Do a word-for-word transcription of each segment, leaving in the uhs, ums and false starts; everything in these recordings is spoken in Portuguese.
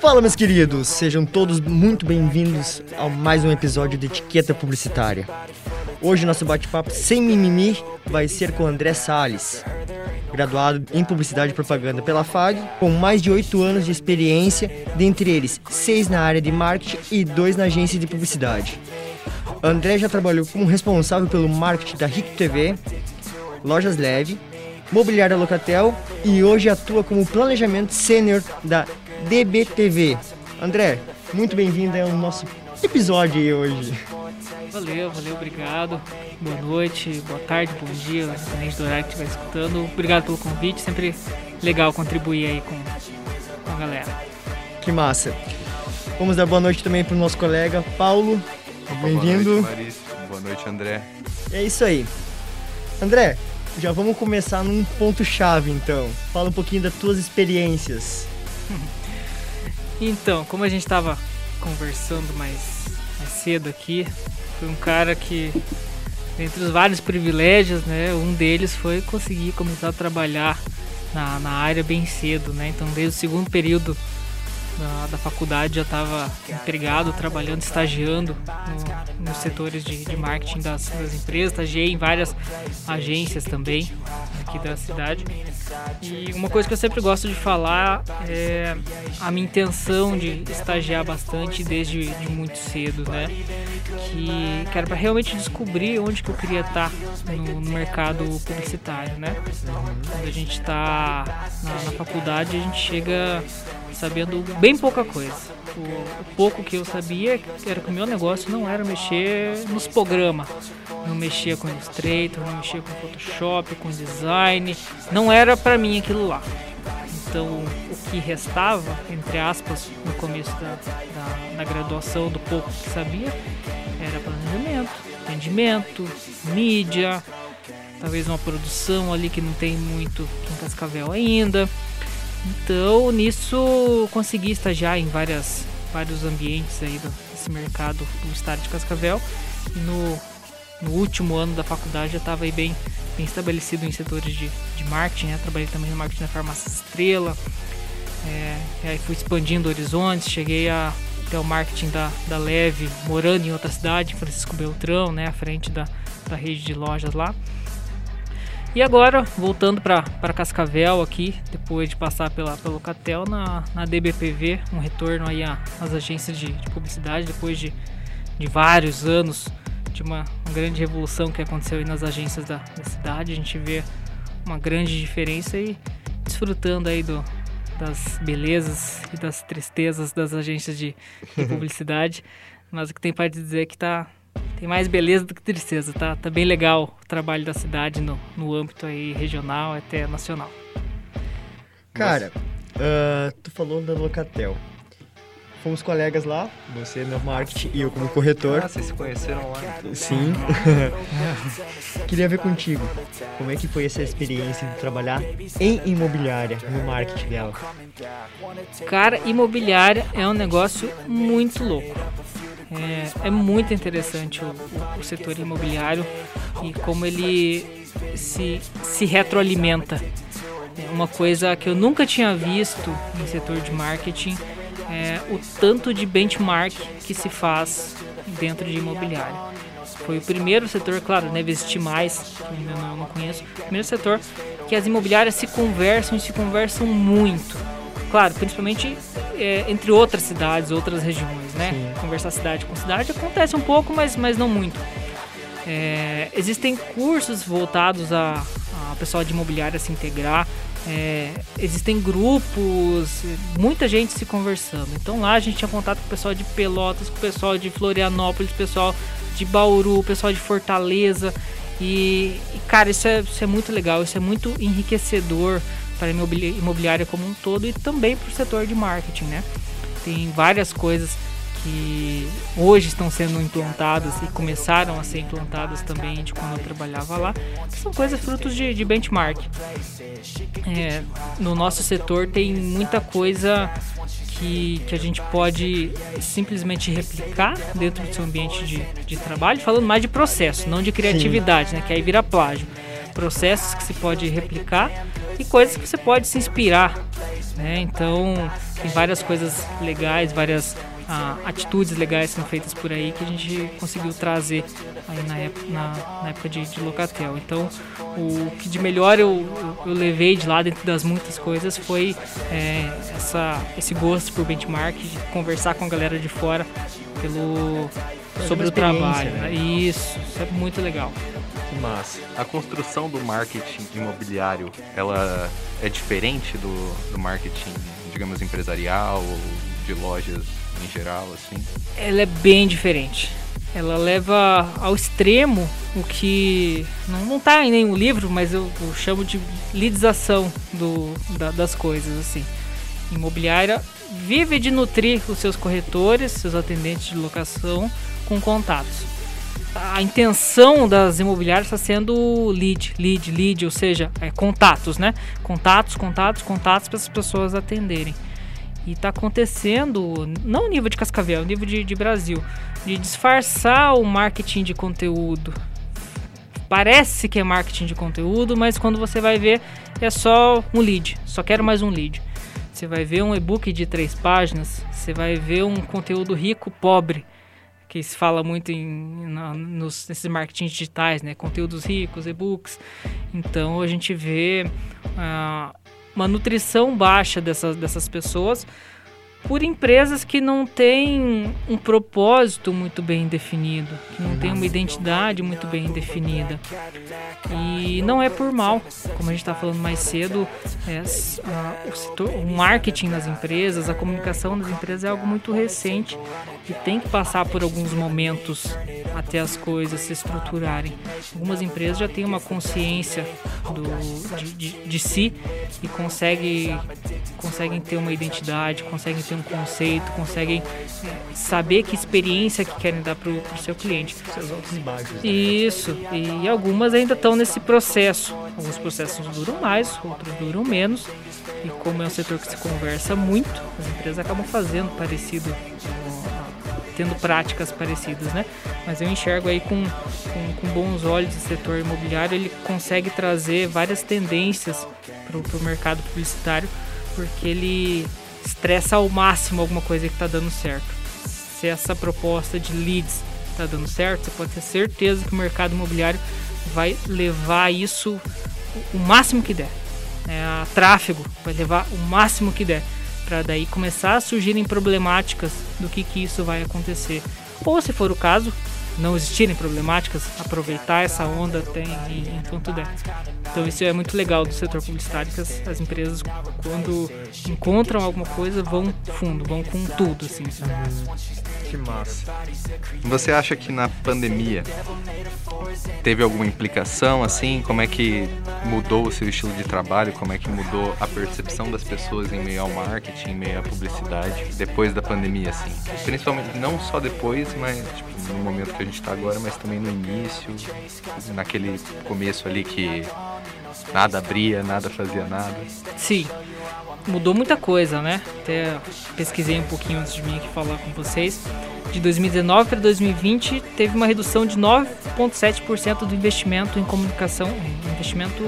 Fala, meus queridos, sejam todos muito bem-vindos a mais um episódio de Etiqueta Publicitária. Hoje nosso bate-papo sem mimimi vai ser com André Salles, graduado em Publicidade e Propaganda pela F A G, com mais de oito anos de experiência, dentre eles seis na área de marketing e dois na agência de publicidade. André já trabalhou como responsável pelo marketing da Rico T V, Lojas Leve, Mobiliária Locatel e hoje atua como planejamento sênior da D B T V. André, muito bem-vindo ao nosso episódio aí hoje. Valeu, valeu, obrigado. Boa noite, boa tarde, bom dia, independente do horário que estiver escutando. Obrigado pelo convite, sempre legal contribuir aí com, com a galera. Que massa. Vamos dar boa noite também para o nosso colega Paulo. Bem-vindo. Boa noite, Marisa. Boa noite, André. É isso aí. André, já vamos começar num ponto-chave, então. Fala um pouquinho das tuas experiências. Então, como a gente estava conversando mais, mais cedo aqui, foi um cara que, entre os vários privilégios, né, um deles foi conseguir começar a trabalhar na, na área bem cedo, né? Então, desde o segundo período da, da faculdade já estava empregado, trabalhando, estagiando no, nos setores de, de marketing das, das empresas. Estagiei em várias agências também aqui da cidade. E uma coisa que eu sempre gosto de falar é a minha intenção de estagiar bastante desde de muito cedo, né? Que, que era para realmente descobrir onde que eu queria estar no, no mercado publicitário, né? Quando a gente está na, na faculdade, a gente chega sabendo bem pouca coisa. O, o pouco que eu sabia era que o meu negócio não era mexer nos programas, não mexia com Illustrator, não mexia com Photoshop, com design, não era pra mim aquilo lá. Então o que restava, entre aspas, no começo da, da, da graduação, do pouco que sabia, era planejamento, atendimento, mídia, talvez uma produção ali que não tem muito aqui em Cascavel ainda. Então, nisso, consegui estagiar em várias, vários ambientes aí desse mercado publicitário de Cascavel. E no, no último ano da faculdade já estava aí bem, bem estabelecido em setores de, de marketing, né? Trabalhei também no marketing da Farmácia Estrela. É, e aí fui expandindo horizontes, cheguei a, até o marketing da, da Leve, morando em outra cidade, Francisco Beltrão, né? À frente da, da rede de lojas lá. E agora, voltando para Cascavel aqui, depois de passar pela, pela Locatel, na, na D B P V, um retorno aí às agências de, de publicidade, depois de, de vários anos de uma, uma grande revolução que aconteceu aí nas agências da, da cidade. A gente vê uma grande diferença e desfrutando aí do, das belezas e das tristezas das agências de, de publicidade, mas o que tem para dizer é que está... Tem mais beleza do que tristeza, tá? Tá bem legal o trabalho da cidade no, no âmbito aí regional até nacional. Cara, uh, tu falou da Locatel. Fomos colegas lá, você no marketing e eu como corretor. Ah, vocês se conheceram lá? Sim. Queria ver contigo, como é que foi essa experiência de trabalhar em imobiliária, no marketing dela? Cara, imobiliária é um negócio muito louco. É, é muito interessante o, o, o setor imobiliário e como ele se, se retroalimenta. É uma coisa que eu nunca tinha visto no setor de marketing, é o tanto de benchmark que se faz dentro de imobiliário. Foi o primeiro setor, claro, deve existir mais, que eu ainda não, não conheço, o primeiro setor que as imobiliárias se conversam e se conversam muito. Claro, principalmente é, entre outras cidades, outras regiões, né? Sim. Conversar cidade com cidade acontece um pouco, mas, mas não muito. É, existem cursos voltados a, a pessoal de imobiliária se integrar, é, existem grupos, muita gente se conversando. Então lá a gente tinha contato com o pessoal de Pelotas, com o pessoal de Florianópolis, pessoal de Bauru, pessoal de Fortaleza. E, e cara, isso é, isso é muito legal, isso é muito enriquecedor para a imobiliária como um todo e também para o setor de marketing, né? Tem várias coisas que hoje estão sendo implantadas e começaram a ser implantadas também de quando eu trabalhava lá, que são coisas frutos de, de benchmark. É, no nosso setor tem muita coisa que, que a gente pode simplesmente replicar dentro do seu ambiente de, de trabalho, falando mais de processo, não de criatividade, né? Que aí vira plágio. processos que se pode replicar e coisas que você pode se inspirar, né? Então, tem várias coisas legais, várias ah, atitudes legais sendo feitas por aí que a gente conseguiu trazer aí na época, na, na época de, de Locatel. Então, o que de melhor eu, eu, eu levei de lá, dentro das muitas coisas, foi é, essa, esse gosto por benchmark, de conversar com a galera de fora pelo, sobre o trabalho. Né? Isso, isso é muito legal. Mas a construção do marketing imobiliário, ela é diferente do, do marketing, digamos, empresarial ou de lojas em geral, assim? Ela é bem diferente. Ela leva ao extremo o que não está em nenhum livro, mas eu, eu chamo de lidização do, da, das coisas, assim. Imobiliária vive de nutrir os seus corretores, seus atendentes de locação com contatos. A intenção das imobiliárias está sendo lead, lead, lead, ou seja, é, contatos, né? Contatos, contatos, contatos para as pessoas atenderem. E está acontecendo, não no nível de Cascavel, no nível de, de Brasil, de disfarçar o marketing de conteúdo. Parece que é marketing de conteúdo, mas quando você vai ver, é só um lead. Só quero mais um lead. Você vai ver um e-book de três páginas, você vai ver um conteúdo rico, pobre, que se fala muito em, na, nos, nesses marketings digitais, né? Conteúdos ricos, e-books. Então a gente vê uh, uma nutrição baixa dessas, dessas pessoas por empresas que não têm um propósito muito bem definido, que não têm uma identidade muito bem definida. E não é por mal, como a gente está falando mais cedo, é, a, o, setor, o marketing nas empresas, a comunicação das empresas é algo muito recente e tem que passar por alguns momentos até as coisas se estruturarem. Algumas empresas já têm uma consciência do, de, de, de si e conseguem, conseguem ter uma identidade, conseguem ter um conceito, conseguem é, saber que experiência que querem dar para o seu cliente. Seus altos e baixos. Né? Isso, e algumas ainda estão nesse processo. Alguns processos duram mais, outros duram menos. E como é um setor que se conversa muito, as empresas acabam fazendo parecido, tendo práticas parecidas, né? Mas eu enxergo aí com, com, com bons olhos o setor imobiliário, ele consegue trazer várias tendências para o mercado publicitário, porque ele estressa ao máximo alguma coisa que está dando certo. Se essa proposta de leads está dando certo, você pode ter certeza que o mercado imobiliário vai levar isso o máximo que der. É, a tráfego vai levar o máximo que der, para daí começar a surgirem problemáticas do que, que isso vai acontecer. Ou, se for o caso, não existirem problemáticas, aproveitar essa onda até em, enquanto der. Então isso é muito legal do setor publicitário, que as, as empresas, quando encontram alguma coisa, vão fundo, vão com tudo, assim, sabe? Que massa. Você acha que na pandemia teve alguma implicação, assim? Como é que mudou o seu estilo de trabalho? Como é que mudou a percepção das pessoas em meio ao marketing, em meio à publicidade, depois da pandemia, assim? Principalmente, não só depois, mas tipo, no momento que a gente está agora, mas também no início, naquele começo ali que nada abria, nada fazia nada. Sim. Mudou muita coisa, né? Até pesquisei um pouquinho antes de mim aqui falar com vocês. De dois mil e dezenove para dois mil e vinte, teve uma redução de nove vírgula sete por cento do investimento em comunicação, investimento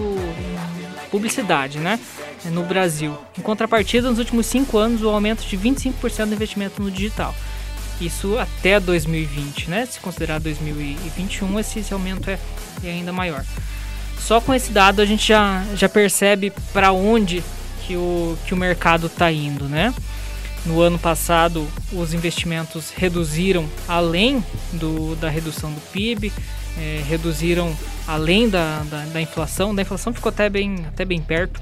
em publicidade, né? No Brasil. Em contrapartida, nos últimos cinco anos, o aumento de vinte e cinco por cento do investimento no digital. Isso até dois mil e vinte, né? Se considerar dois mil e vinte e um, esse, esse aumento é, é ainda maior. Só com esse dado a gente já, já percebe para onde que o, que o mercado está indo, né? No ano passado, os investimentos reduziram além do, da redução do P I B, é, reduziram além da, da, da inflação. Da inflação ficou até bem, até bem perto.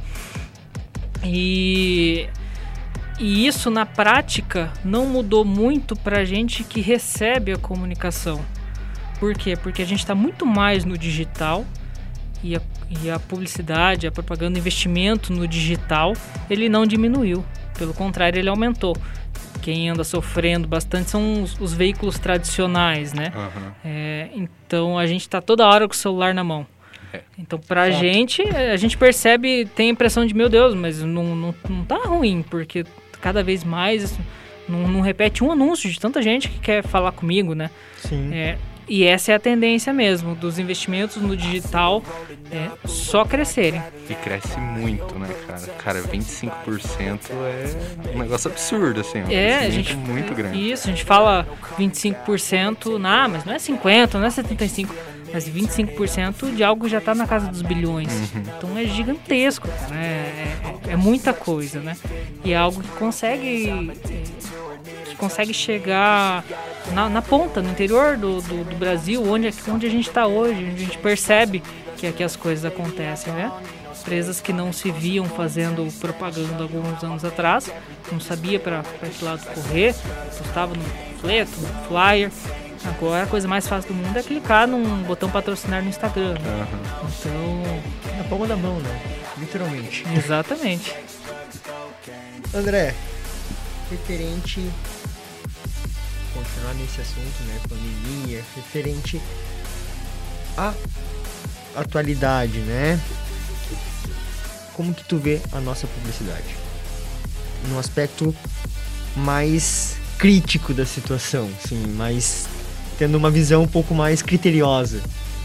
E, e isso, na prática, não mudou muito para a gente que recebe a comunicação. Por quê? Porque a gente está muito mais no digital. E a, e a publicidade, a propaganda, o investimento no digital, ele não diminuiu. Pelo contrário, ele aumentou. Quem anda sofrendo bastante são os, os veículos tradicionais, né? Uhum. É, então, a gente está toda hora com o celular na mão. É. Então, pra Foto. gente, a gente percebe, tem a impressão de, meu Deus, mas não, não, não tá ruim, porque cada vez mais não, não repete um anúncio de tanta gente que quer falar comigo, né? Sim. É, e essa é a tendência mesmo, dos investimentos no digital é, só crescerem. E cresce muito, né, cara? Cara, vinte e cinco por cento é um negócio absurdo, assim. Um é, a gente, muito grande. Isso, a gente fala vinte e cinco por cento, não, mas não é cinquenta por cento, não é setenta e cinco por cento. Mas vinte e cinco por cento de algo que já está na casa dos bilhões. Uhum. Então é gigantesco, né? É, é, é muita coisa, né? E é algo que consegue, que consegue chegar na, na ponta, no interior do, do, do Brasil, onde, onde a gente está hoje, onde a gente percebe que aqui as coisas acontecem, né? Empresas que não se viam fazendo propaganda alguns anos atrás, não sabia para que lado correr, estava no panfleto, no flyer. Agora a coisa mais fácil do mundo é clicar num botão patrocinar no Instagram. Né? Uhum. Então... na palma da mão, né? Literalmente. Exatamente. André, referente... continuar nesse assunto, né? Pandemia, referente à atualidade, né? Como que tu vê a nossa publicidade? Num aspecto mais crítico da situação, assim, mais... tendo uma visão um pouco mais criteriosa.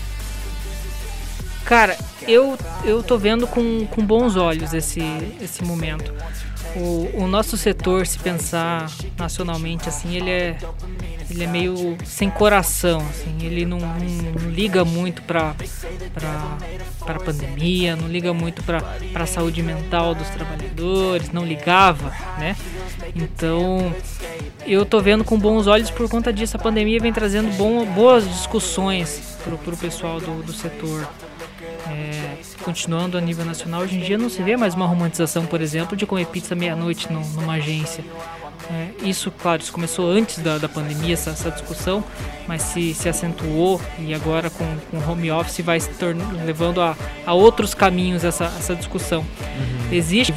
Cara, eu, eu tô vendo com, com bons olhos esse, esse momento. O, o nosso setor, se pensar nacionalmente, assim, ele é, ele é meio sem coração, assim, ele não, não, não liga muito para para a pandemia, não liga muito para a saúde mental dos trabalhadores, não ligava, né? Então, eu tô vendo com bons olhos por conta disso. A pandemia vem trazendo bom, boas discussões pro, pro pessoal do, do setor. É, continuando a nível nacional, hoje em dia não se vê mais uma romantização, por exemplo, de comer pizza meia-noite no, numa agência. É, isso, claro, isso começou antes da, da pandemia, essa, essa discussão, mas se, se acentuou e agora com o home office vai se tornando, levando a, a outros caminhos essa, essa discussão. Uhum. Existe.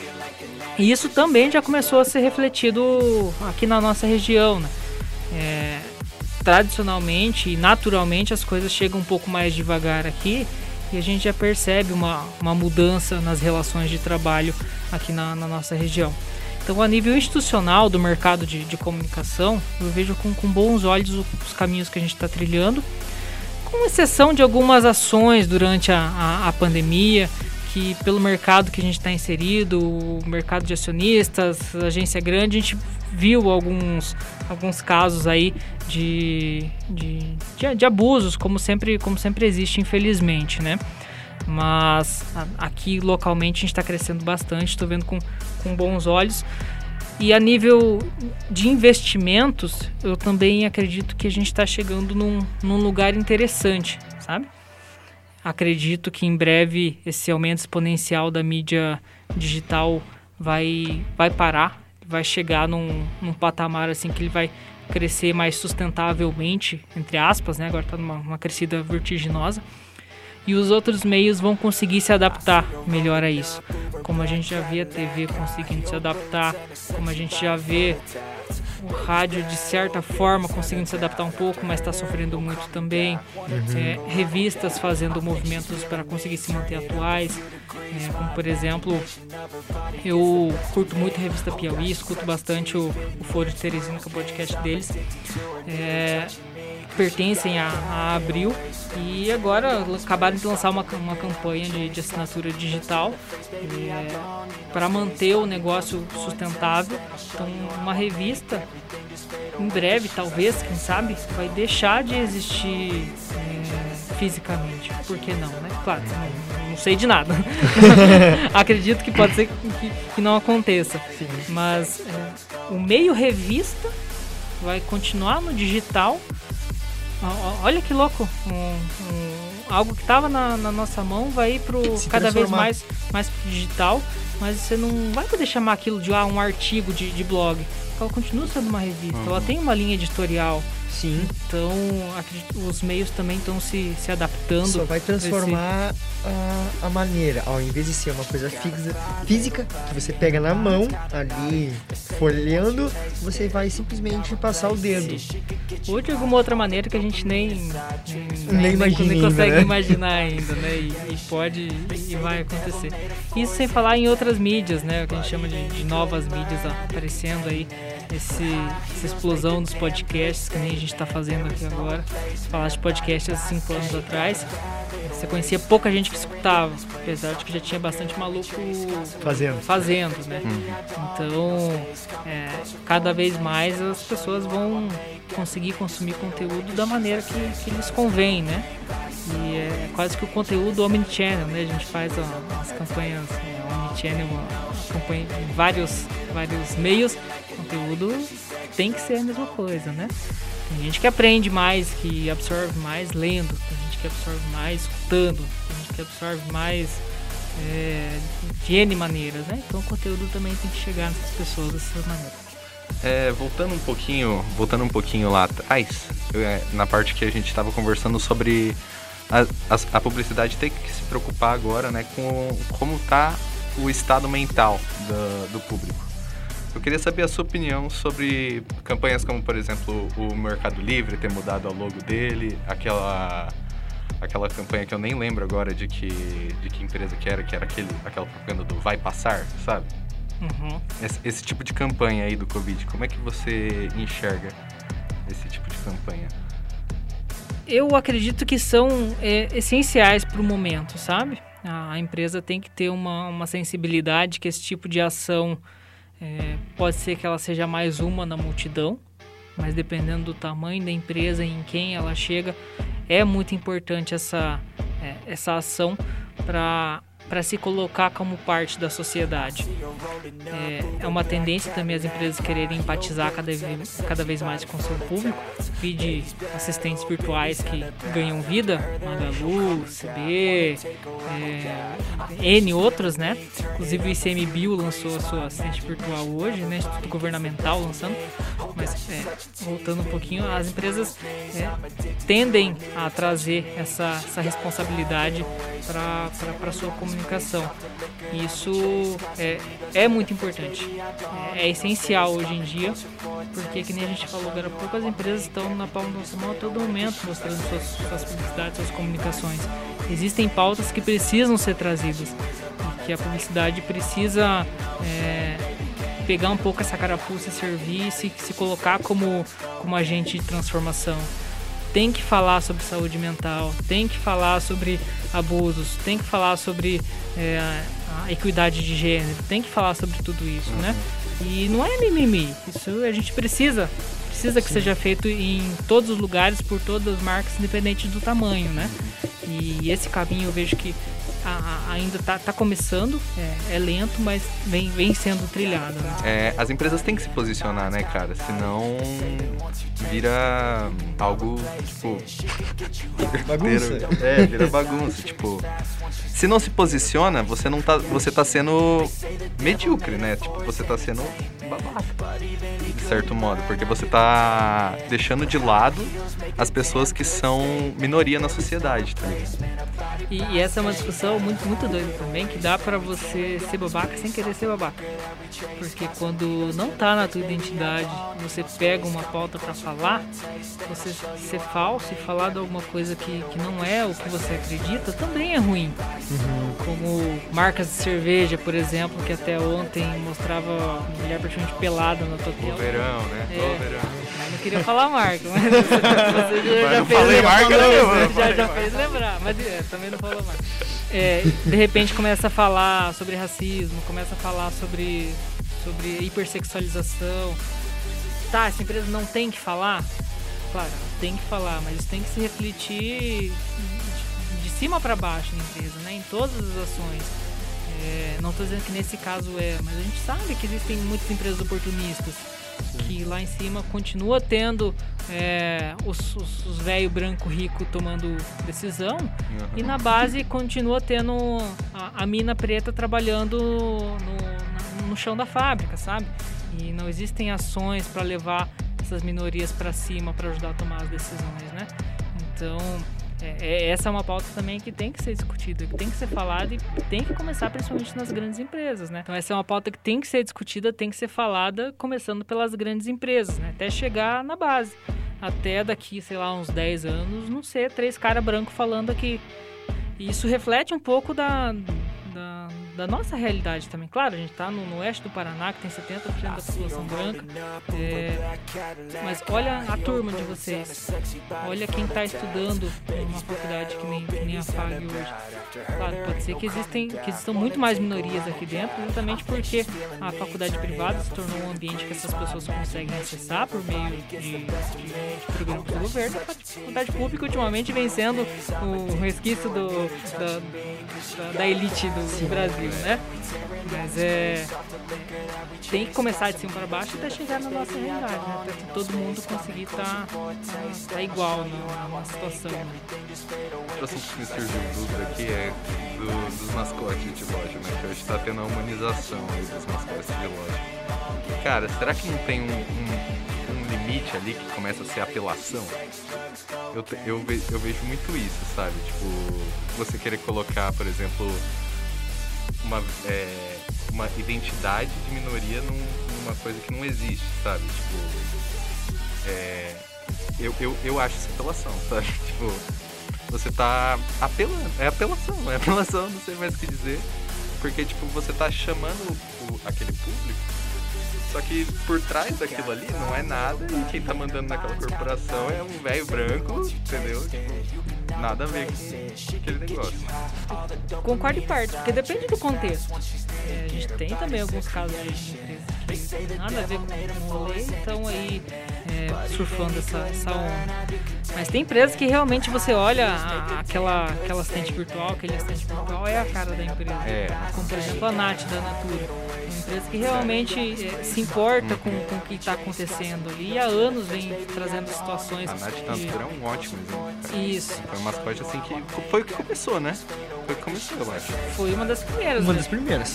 E isso também já começou a ser refletido aqui na nossa região, né? É, tradicionalmente e naturalmente as coisas chegam um pouco mais devagar aqui e a gente já percebe uma, uma mudança nas relações de trabalho aqui na, na nossa região. Então, a nível institucional do mercado de, de comunicação, eu vejo com, com bons olhos os caminhos que a gente está trilhando, com exceção de algumas ações durante a, a, a pandemia, que pelo mercado que a gente está inserido, o mercado de acionistas, agência grande, a gente viu alguns, alguns casos aí de, de, de, de abusos, como sempre, como sempre existe, infelizmente, né? Mas a, aqui localmente a gente está crescendo bastante, estou vendo com, com bons olhos. E a nível de investimentos, eu também acredito que a gente está chegando num, num lugar interessante, sabe? Acredito que em breve esse aumento exponencial da mídia digital vai, vai parar, vai chegar num, num patamar assim que ele vai crescer mais sustentavelmente, entre aspas, né? Agora está numa uma crescida vertiginosa. E os outros meios vão conseguir se adaptar melhor a isso. Como a gente já vê a T V conseguindo se adaptar, como a gente já vê o rádio, de certa forma, conseguindo se adaptar um pouco, mas está sofrendo muito também. Uhum. É, revistas fazendo movimentos para conseguir se manter atuais. É, como, por exemplo, eu curto muito a revista Piauí, escuto bastante o, o Foro de Teresina, que é o podcast deles. É, pertencem a, a Abril e agora acabaram de lançar uma, uma campanha de, de assinatura digital é, para manter o negócio sustentável. Então, uma revista em breve, talvez, quem sabe, vai deixar de existir é, fisicamente. Por que não, né? Claro, não, não sei de nada. Acredito que pode ser que, que não aconteça. Sim. Mas é, o meio revista vai continuar no digital. Olha que louco, um, um, algo que estava na, na nossa mão vai ir pro cada vez mais, mais pro digital, mas você não vai poder chamar aquilo de ah, um artigo de, de blog. Ela continua sendo uma revista, uhum. Ela tem uma linha editorial. Sim. Então, acredito, os meios também estão se, se adaptando. Só vai transformar a, a maneira, ao invés de ser uma coisa fixa, física, que você pega na mão ali, folheando, você vai simplesmente passar o dedo. Ou de alguma outra maneira que a gente nem, nem, nem, nem, imagina nem ainda, consegue né? imaginar ainda, né? E, e pode e vai acontecer. Isso sem falar em outras mídias, né? O que a gente chama de, de novas mídias aparecendo aí. Esse, essa explosão dos podcasts, que nem a gente está fazendo aqui agora. Falar de podcast há cinco anos atrás, você conhecia pouca gente que escutava, apesar de que já tinha bastante maluco fazendo, fazendo né? Uhum. Então, é, cada vez mais as pessoas vão conseguir consumir conteúdo da maneira que, que lhes convém, né? E é quase que o conteúdo omnichannel, né? A gente faz ó, as campanhas é, omnichannel, acompanha em vários, vários meios. O conteúdo tem que ser a mesma coisa, né? Tem gente que aprende mais, que absorve mais lendo, tem gente que absorve mais escutando, tem gente que absorve mais é, de N maneiras, né? Então o conteúdo também tem que chegar nessas pessoas dessas maneiras. É, voltando um pouquinho, voltando um pouquinho lá atrás, eu, é, na parte que a gente estava conversando sobre a, a, a publicidade ter que se preocupar agora, né, com como está o estado mental do, do público. Eu queria saber a sua opinião sobre campanhas como, por exemplo, o Mercado Livre ter mudado o logo dele, aquela aquela campanha que eu nem lembro agora de que, de que empresa que era, que era aquele, aquela propaganda do Vai Passar, sabe? Uhum. Esse, esse tipo de campanha aí do Covid, como é que você enxerga esse tipo de campanha? Eu acredito que são é, essenciais para o momento, sabe? A empresa tem que ter uma, uma sensibilidade que esse tipo de ação é, pode ser que ela seja mais uma na multidão, mas dependendo do tamanho da empresa e em quem ela chega, é muito importante essa, é, essa ação para para se colocar como parte da sociedade. É, é uma tendência também as empresas quererem empatizar cada vez, cada vez mais com o seu público. Vide assistentes virtuais que ganham vida, Magalu, C B, é, N outros, né? Inclusive o I C M Bio lançou a sua assistente virtual hoje, né? Instituto Governamental lançando. Mas é, voltando um pouquinho, as empresas é, tendem a trazer essa, essa responsabilidade para a sua comunicação. Isso é, é muito importante, é, é essencial hoje em dia, porque, que nem a gente falou agora há pouco, as empresas estão na palma da nossa mão a todo momento, mostrando suas, suas publicidades, suas comunicações. Existem pautas que precisam ser trazidas, e que a publicidade precisa é, pegar um pouco essa carapuça, servir, se, se colocar como, como agente de transformação. Tem que falar sobre saúde mental, tem que falar sobre abusos, tem que falar sobre é, a equidade de gênero, tem que falar sobre tudo isso, uhum. né? E não é mimimi, isso a gente precisa, precisa que Sim. seja feito em todos os lugares, por todas as marcas, independente do tamanho, né? E esse caminho eu vejo que a, a, ainda está tá começando, é, é lento, mas vem, vem sendo trilhado, né? É, as empresas têm que se posicionar, né, cara? Senão vira algo, tipo... bagunça. É, vira bagunça, tipo... Se não se posiciona, você não tá, você tá sendo medíocre, né? Tipo, você tá sendo babaca, de certo modo, porque você tá deixando de lado as pessoas que são minoria na sociedade, tá ligado? E, e essa é uma discussão muito, muito doida também, que dá pra você ser babaca sem querer ser babaca. Porque quando não tá na tua identidade, você pega uma pauta pra falar, você ser falso e falar de alguma coisa que, que não é o que você acredita, também é ruim. Uhum. Como marcas de cerveja, por exemplo, que até ontem mostrava mulher praticamente pelada na tua tela. O verão, né? É, o verão. Eu não queria falar marca, mas você, você já, mas já fez fez lembrar. Marca, Você não, já, já fez lembrar, mas é, também não falou marca. É, de repente começa a falar sobre racismo, começa a falar sobre, sobre hipersexualização. Tá, essa empresa não tem que falar? Claro, tem que falar, mas isso tem que se refletir de, de cima para baixo na empresa, né? Em todas as ações. É, não estou dizendo que nesse caso é, mas a gente sabe que existem muitas empresas oportunistas que lá em cima continua tendo é, os, os, os velho branco rico tomando decisão uhum. e na base continua tendo a, a mina preta trabalhando no, no, no chão da fábrica, sabe? E não existem ações para levar essas minorias para cima para ajudar a tomar as decisões, né? Então É, essa é uma pauta também que tem que ser discutida, que tem que ser falada e tem que começar principalmente nas grandes empresas, né? Então essa é uma pauta que tem que ser discutida, tem que ser falada, começando pelas grandes empresas, né? Até chegar na base. Até daqui, sei lá, uns dez anos, não ser três caras brancos falando aqui. E isso reflete um pouco da... da da nossa realidade também. Claro, a gente está no, no oeste do Paraná, que tem setenta por cento da população branca, é, mas olha a turma de vocês, olha quem está estudando numa faculdade que nem, que nem a F A G hoje. Claro, pode ser que, existem, que existam muito mais minorias aqui dentro, justamente porque a faculdade privada se tornou um ambiente que essas pessoas conseguem acessar por meio de, de, de programas do governo. A faculdade pública ultimamente vem sendo o resquício do, da, da, da elite do Brasil, né? Mas é... tem que começar de cima para baixo até chegar na nossa realidade, né? Até que todo mundo conseguir estar tá, tá igual na, na situação. O assunto que me surgiu dúvida aqui é do, dos mascotes de loja, né? Que hoje está tendo a humanização aí dos mascotes de loja. Cara, será que não tem um, um, um limite ali que começa a ser apelação? Eu, eu, vejo, eu vejo muito isso, sabe? Tipo, você querer colocar, por exemplo... Uma, é, uma identidade de minoria num, numa coisa que não existe, sabe? Tipo, é, eu, eu, eu acho isso apelação, sabe? Tipo, você tá apelando, é apelação, é apelação, não sei mais o que dizer, porque, tipo, você tá chamando o, aquele público, só que por trás daquilo ali não é nada e quem tá mandando naquela corporação é um velho branco, entendeu? Nada a ver com aquele negócio. Concordo em parte, porque depende do contexto. É, a gente tem também alguns casos de empresas que não tem nada a ver com o rolê, então aí é, surfando essa, essa onda. Mas tem empresas que realmente você olha a, aquela, aquela assistente virtual, aquele assistente virtual é a cara da empresa. É. Como por exemplo a Nath da Natura. Uma empresa que realmente é, se importa com, com o que está acontecendo ali e há anos vem trazendo situações. A Nath da Natura é um ótimo exemplo. Isso. Foi uma mascote assim que foi o que começou, né? Foi o que começou, eu acho. Foi uma das primeiras. Uma né? das primeiras.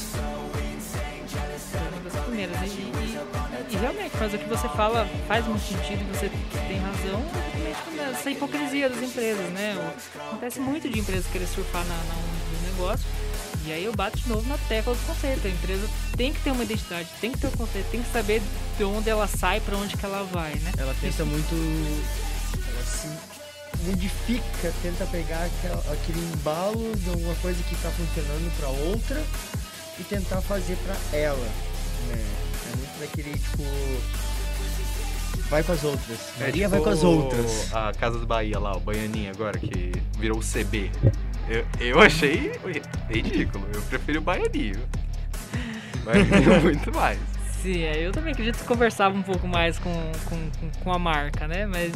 Foi uma das primeiras. E, e, e realmente, mas o que você fala faz muito sentido e você tem razão. Essa hipocrisia das empresas, né? Acontece muito de empresas querer surfar na, na onda do negócio. E aí eu bato de novo na tecla do conceito. A empresa tem que ter uma identidade, tem que ter um conceito, tem que saber de onde ela sai, para onde que ela vai, né? Ela tenta Isso. muito... Ela se modifica, tenta pegar aquela, aquele embalo de alguma coisa que está funcionando para outra e tentar fazer para ela, né? É muito daquele, tipo... Vai com as outras. É, Maria tipo vai com as outras. A Casas Bahia lá, o Baianinho agora, que virou o C B. Eu, eu achei ridículo. Eu prefiro o Baianinho. Baianinho muito mais. Sim, é, eu também acredito que conversava um pouco mais com, com, com, com a marca, né? Mas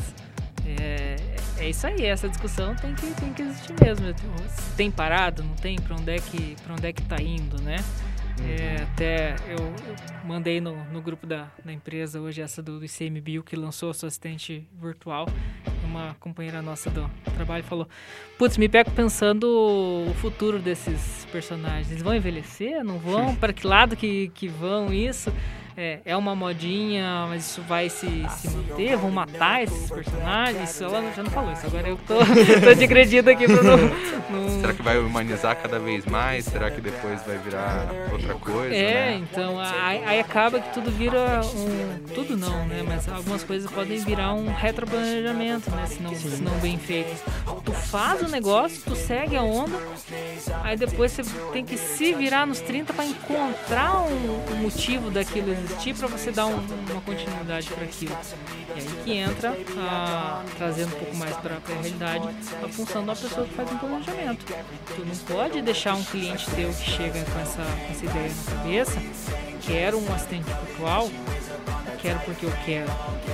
é, é isso aí, essa discussão tem que, tem que existir mesmo. Tem parado, não tem? Pra onde é que, pra onde é que tá indo, né? É, até eu, eu mandei no, no grupo da, da empresa hoje essa do, do I C M Bio, que lançou a sua assistente virtual. Uma companheira nossa do trabalho falou: putz, me pego pensando o futuro desses personagens. Eles vão envelhecer? Não vão? Para que lado que, que vão isso? É, é uma modinha, mas isso vai se, se manter? Vão matar esses personagens? Isso ela já não falou isso. Agora eu tô, tô de acredito aqui pro não, não... Será que vai humanizar cada vez mais? Será que depois vai virar outra coisa? É, né? então aí, aí acaba que tudo vira um... Tudo não, né? Mas algumas coisas podem virar um retroplanejamento, né? Se não, se não bem feito. Tu faz o negócio, tu segue a onda, aí depois você tem que se virar nos trinta para encontrar um, um motivo daquilo existir para você dar um, uma continuidade para aquilo. E aí que entra, a, trazendo um pouco mais para a realidade, a função da pessoa que faz um planejamento. Tu não pode deixar um cliente teu que chega com essa, com essa ideia na cabeça: quero um assistente virtual, quero porque eu quero.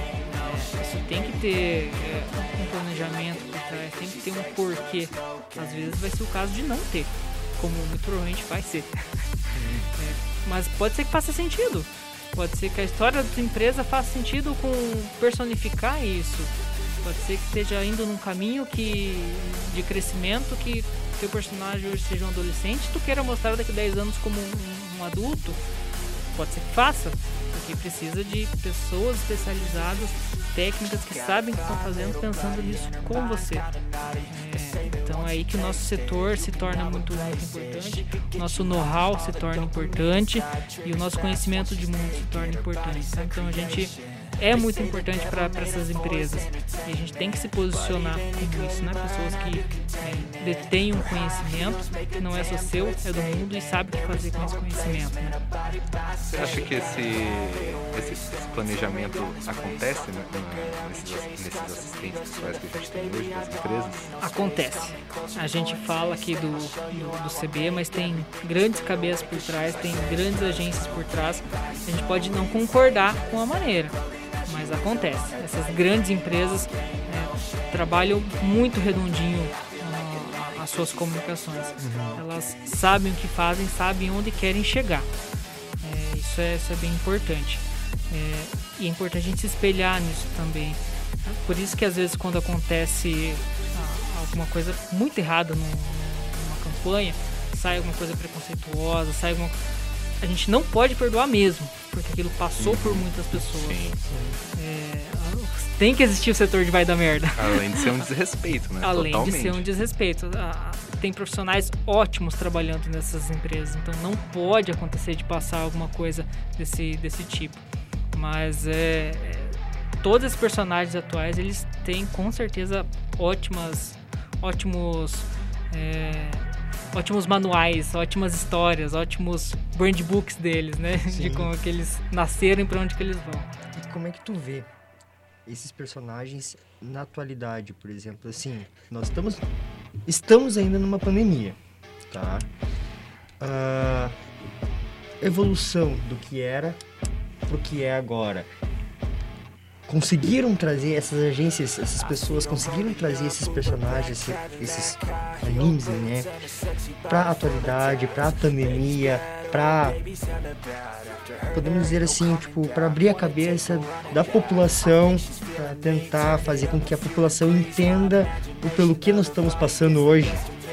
É, isso tem que ter é, um planejamento por trás, tem que ter um porquê. Às vezes vai ser o caso de não ter, como muito provavelmente vai ser. É, mas pode ser que faça sentido. Pode ser que a história da tua empresa faça sentido com personificar isso. Pode ser que esteja indo num caminho que, de crescimento, que teu personagem hoje seja um adolescente, tu queira mostrar daqui a dez anos como um, um adulto. Pode ser que faça, porque precisa de pessoas especializadas técnicas, que sabem o que estão fazendo, pensando nisso com você. É, então é aí que o nosso setor se torna muito, muito importante, o nosso know-how se torna importante e o nosso conhecimento de mundo se torna importante. Tá? Então a gente é muito importante para essas empresas e a gente tem que se posicionar como isso, né? Pessoas que é, detêm um conhecimento que não é só seu, é do mundo e sabe o que fazer com esse conhecimento. Né? Você acha que esse, esse, esse planejamento acontece, né, nesses, nesses assistentes pessoais que a gente tem hoje das empresas? Acontece. A gente fala aqui do, do, do C B, mas tem grandes cabeças por trás, tem grandes agências por trás. A gente pode não concordar com a maneira, mas acontece. Essas grandes empresas é, trabalham muito redondinho uh, as suas comunicações. Uhum. Elas sabem o que fazem, sabem onde querem chegar. É, isso, é, isso é bem importante. É, e é importante a gente se espelhar nisso também. Por isso que às vezes quando acontece uh, alguma coisa muito errada num, numa campanha, sai alguma coisa preconceituosa, sai alguma... a gente não pode perdoar mesmo, porque aquilo passou por muitas pessoas. Sim, sim. É, tem que existir o setor de vai da merda. Além de ser um desrespeito, né? Além Totalmente. de ser um desrespeito. Tem profissionais ótimos trabalhando nessas empresas, então não pode acontecer de passar alguma coisa desse, desse tipo. Mas é, todos esses personagens atuais, eles têm com certeza ótimas, ótimos... É, ótimos manuais, ótimas histórias, ótimos brand books deles, né? Sim. De como que eles nasceram e para onde que eles vão. E como é que tu vê esses personagens na atualidade, por exemplo? Assim, nós estamos, estamos ainda numa pandemia, tá? A evolução do que era pro que é agora. Conseguiram trazer essas agências, essas pessoas conseguiram trazer esses personagens, esses animes, né, pra atualidade, pra pandemia, pra, podemos dizer assim, tipo, pra abrir a cabeça da população, pra tentar fazer com que a população entenda o pelo que nós estamos passando hoje.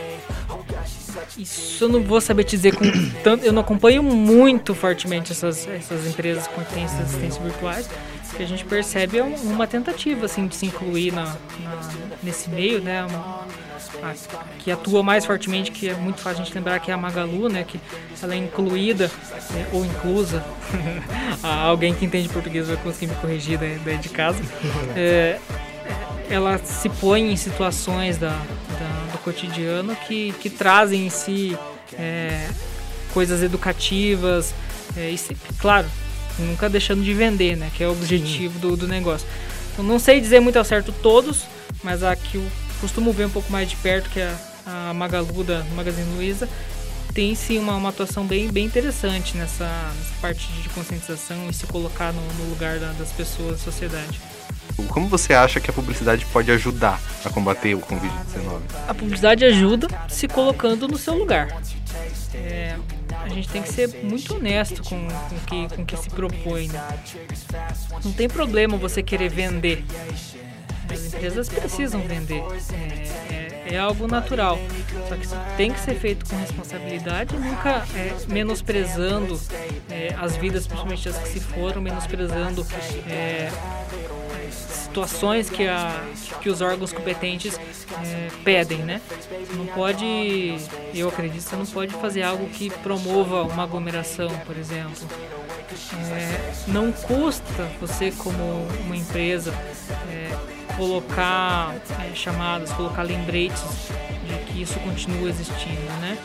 Isso eu não vou saber te dizer com tanto, eu não acompanho muito fortemente essas, essas empresas que têm essas assistências virtuais. Que a gente percebe é uma tentativa assim, de se incluir na, na, nesse meio, né, uma, a, que atua mais fortemente, que é muito fácil a gente lembrar que é a Magalu, né, que ela é incluída é, ou inclusa, alguém que entende português vai conseguir me corrigir daí, daí de casa, é, ela se põe em situações da, da, do cotidiano que, que trazem em si é, coisas educativas, é, e se, claro, nunca deixando de vender, né? Que é o objetivo do, do negócio. Então, não sei dizer muito ao certo todos, mas a que eu costumo ver um pouco mais de perto, que é a Magalu da Magazine Luiza, tem sim uma, uma atuação bem, bem interessante nessa, nessa parte de conscientização e se colocar no, no lugar da, das pessoas da sociedade. Como você acha que a publicidade pode ajudar a combater o covid dezenove? A publicidade ajuda se colocando no seu lugar. É, a gente tem que ser muito honesto com o que, com que se propõe, né? Não tem problema você querer vender. As empresas precisam vender. É, é, é algo natural. Só que isso tem que ser feito com responsabilidade, nunca é, menosprezando é, as vidas, principalmente as que se foram, menosprezando é, situações que, a, que os órgãos competentes é, pedem, né? Você não pode, eu acredito, você não pode fazer algo que promova uma aglomeração, por exemplo. É, não custa você, como uma empresa, é, colocar é, chamadas, colocar lembretes de que isso continua existindo, né?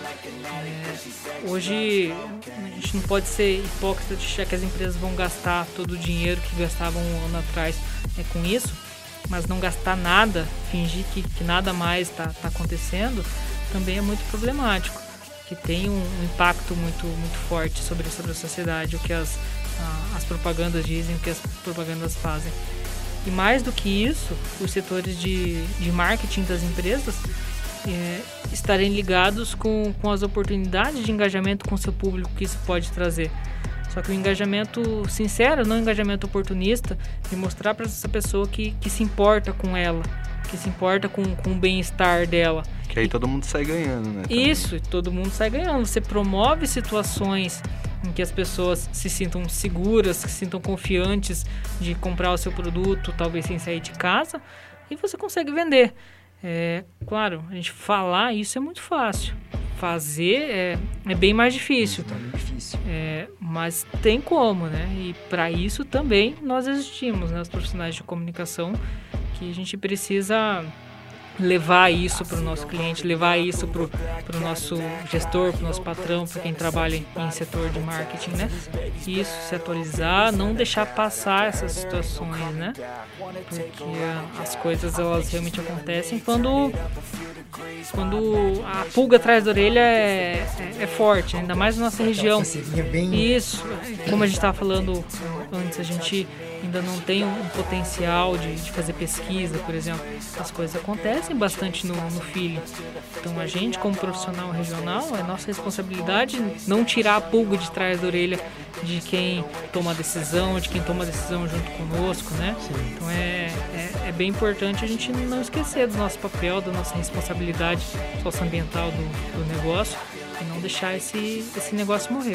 É, hoje a gente não pode ser hipócrita de achar que as empresas vão gastar todo o dinheiro que gastavam um ano atrás é, com isso, mas não gastar nada, fingir que, que nada mais está tá acontecendo, também é muito problemático, que tem um, um impacto muito, muito forte sobre, sobre a sociedade, o que as, a, as propagandas dizem, o que as propagandas fazem. E mais do que isso, os setores de, de marketing das empresas é, estarem ligados com, com as oportunidades de engajamento com o seu público que isso pode trazer. Só que o engajamento sincero, não o engajamento oportunista, de mostrar para essa pessoa que, que se importa com ela, que se importa com, com o bem-estar dela. Que aí todo mundo sai ganhando, né? Também. Isso, todo mundo sai ganhando. Você promove situações em que as pessoas se sintam seguras, se sintam confiantes de comprar o seu produto, talvez sem sair de casa, e você consegue vender. É, claro, a gente falar isso é muito fácil. Fazer é, é bem mais difícil. É difícil. É, mas tem como, né? E para isso também nós existimos, né? Os profissionais de comunicação, que a gente precisa levar isso para o nosso cliente, levar isso para o nosso gestor, para o nosso patrão, para quem trabalha em setor de marketing, né? Isso, se atualizar, não deixar passar essas situações, né? Porque as coisas, elas realmente acontecem quando, quando a pulga atrás da orelha é, é, é forte, ainda mais na nossa região. Isso, como a gente estava falando antes, a gente ainda não tem um potencial de, de fazer pesquisa, por exemplo. As coisas acontecem bastante no, no feeling. Então a gente, como profissional regional, é nossa responsabilidade não tirar a pulga de trás da orelha de quem toma a decisão, de quem toma a decisão junto conosco, né? Sim. Então é, é, é bem importante a gente não esquecer do nosso papel, da nossa responsabilidade socioambiental do, do negócio e não deixar esse, esse negócio morrer.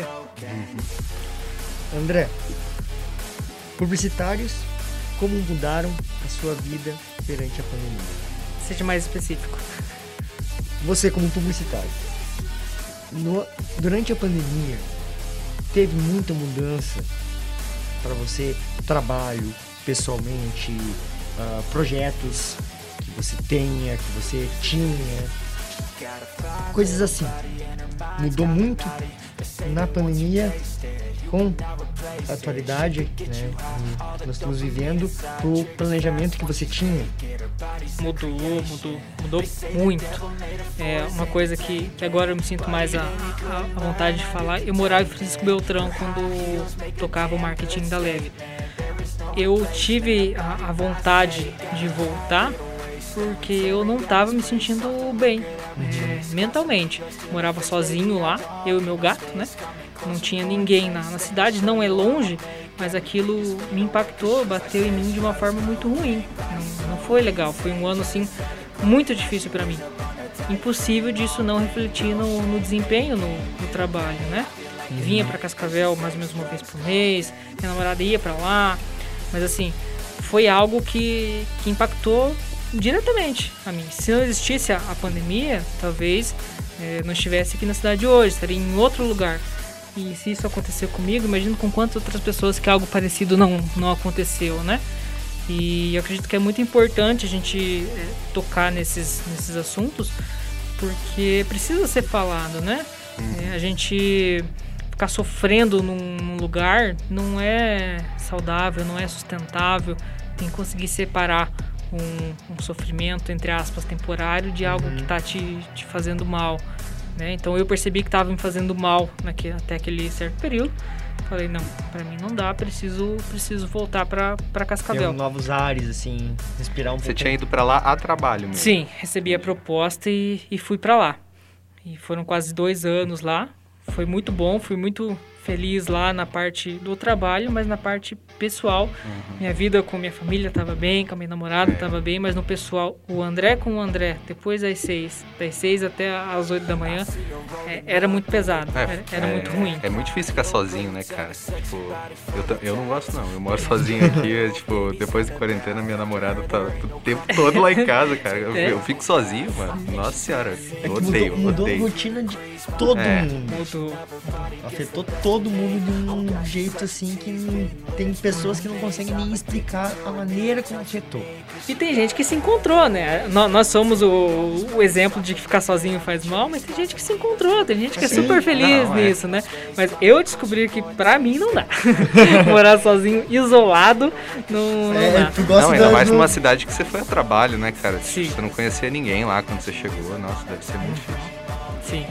Uhum. André, publicitários, como mudaram a sua vida perante a pandemia? Seja mais específico. Você como publicitário, no, durante a pandemia, teve muita mudança para você, trabalho, pessoalmente, uh, projetos que você tenha, que você tinha, coisas assim. Mudou muito na pandemia com a atualidade, né, que nós estamos vivendo, o planejamento que você tinha? Mudou, mudou, mudou muito. É uma coisa que, que agora eu me sinto mais à, à vontade de falar. Eu morava em Francisco Beltrão quando tocava o marketing da Leve. Eu tive a, a vontade de voltar porque eu não estava me sentindo bem, é, mentalmente. Morava sozinho lá, eu e meu gato, né? Não tinha ninguém na, na cidade, não é longe, mas aquilo me impactou, bateu em mim de uma forma muito ruim. Não, não foi legal, foi um ano assim muito difícil para mim. Impossível disso não refletir no, no desempenho no, no trabalho, né? Vinha para Cascavel mais ou menos uma vez por mês, minha namorada ia para lá, mas assim, foi algo que, que impactou diretamente a mim. Se não existisse a, a pandemia, talvez é, não estivesse aqui na cidade hoje, estaria em outro lugar. E se isso aconteceu comigo, imagino com quantas outras pessoas que algo parecido não, não aconteceu, né? E eu acredito que é muito importante a gente é, tocar nesses, nesses assuntos, porque precisa ser falado, né? É, a gente ficar sofrendo num, num lugar não é saudável, não é sustentável. Tem que conseguir separar um, um sofrimento, entre aspas, temporário de algo uhum. que está te, te fazendo mal. Né? Então eu percebi que estava me fazendo mal naquele, até aquele certo período. Falei, não, pra mim não dá, preciso, preciso voltar pra, pra Cascavel. Tem novos ares, assim, respirar um pouco. Você tinha ido pra lá a trabalho mesmo? Sim, recebi a proposta e, e fui pra lá. E foram quase dois anos lá. Foi muito bom, fui muito feliz lá na parte do trabalho, mas na parte pessoal, uhum. minha vida com minha família estava bem, com a minha namorada estava é. bem, mas no pessoal, o André com o André, depois das seis, das seis até às oito da manhã, é, era muito pesado, é, era, era é, muito ruim. É muito difícil ficar sozinho, né, cara? Tipo, eu, eu não gosto não, eu moro sozinho aqui, tipo, depois da quarentena minha namorada tá o tempo todo lá em casa, cara. Eu, é. eu fico sozinho, mano. Nossa senhora, eu é odeio, mudou, odeio. Mudou a rotina de todo é. mundo. Mudou. Afetou todo mundo de um jeito assim que tem pessoas que não conseguem nem explicar a maneira como afetou. E tem gente que se encontrou, né? Nós somos o, o exemplo de que ficar sozinho faz mal, mas tem gente que se encontrou, tem gente que Sim, é super feliz não, nisso, é. né? Mas eu descobri que pra mim não dá. Morar sozinho, isolado, não, não é, dá. Tu gosta não, ainda mais numa cidade que você foi a trabalho, né, cara? Sim. Você não conhecia ninguém lá quando você chegou, nossa, deve ser muito difícil. Sim.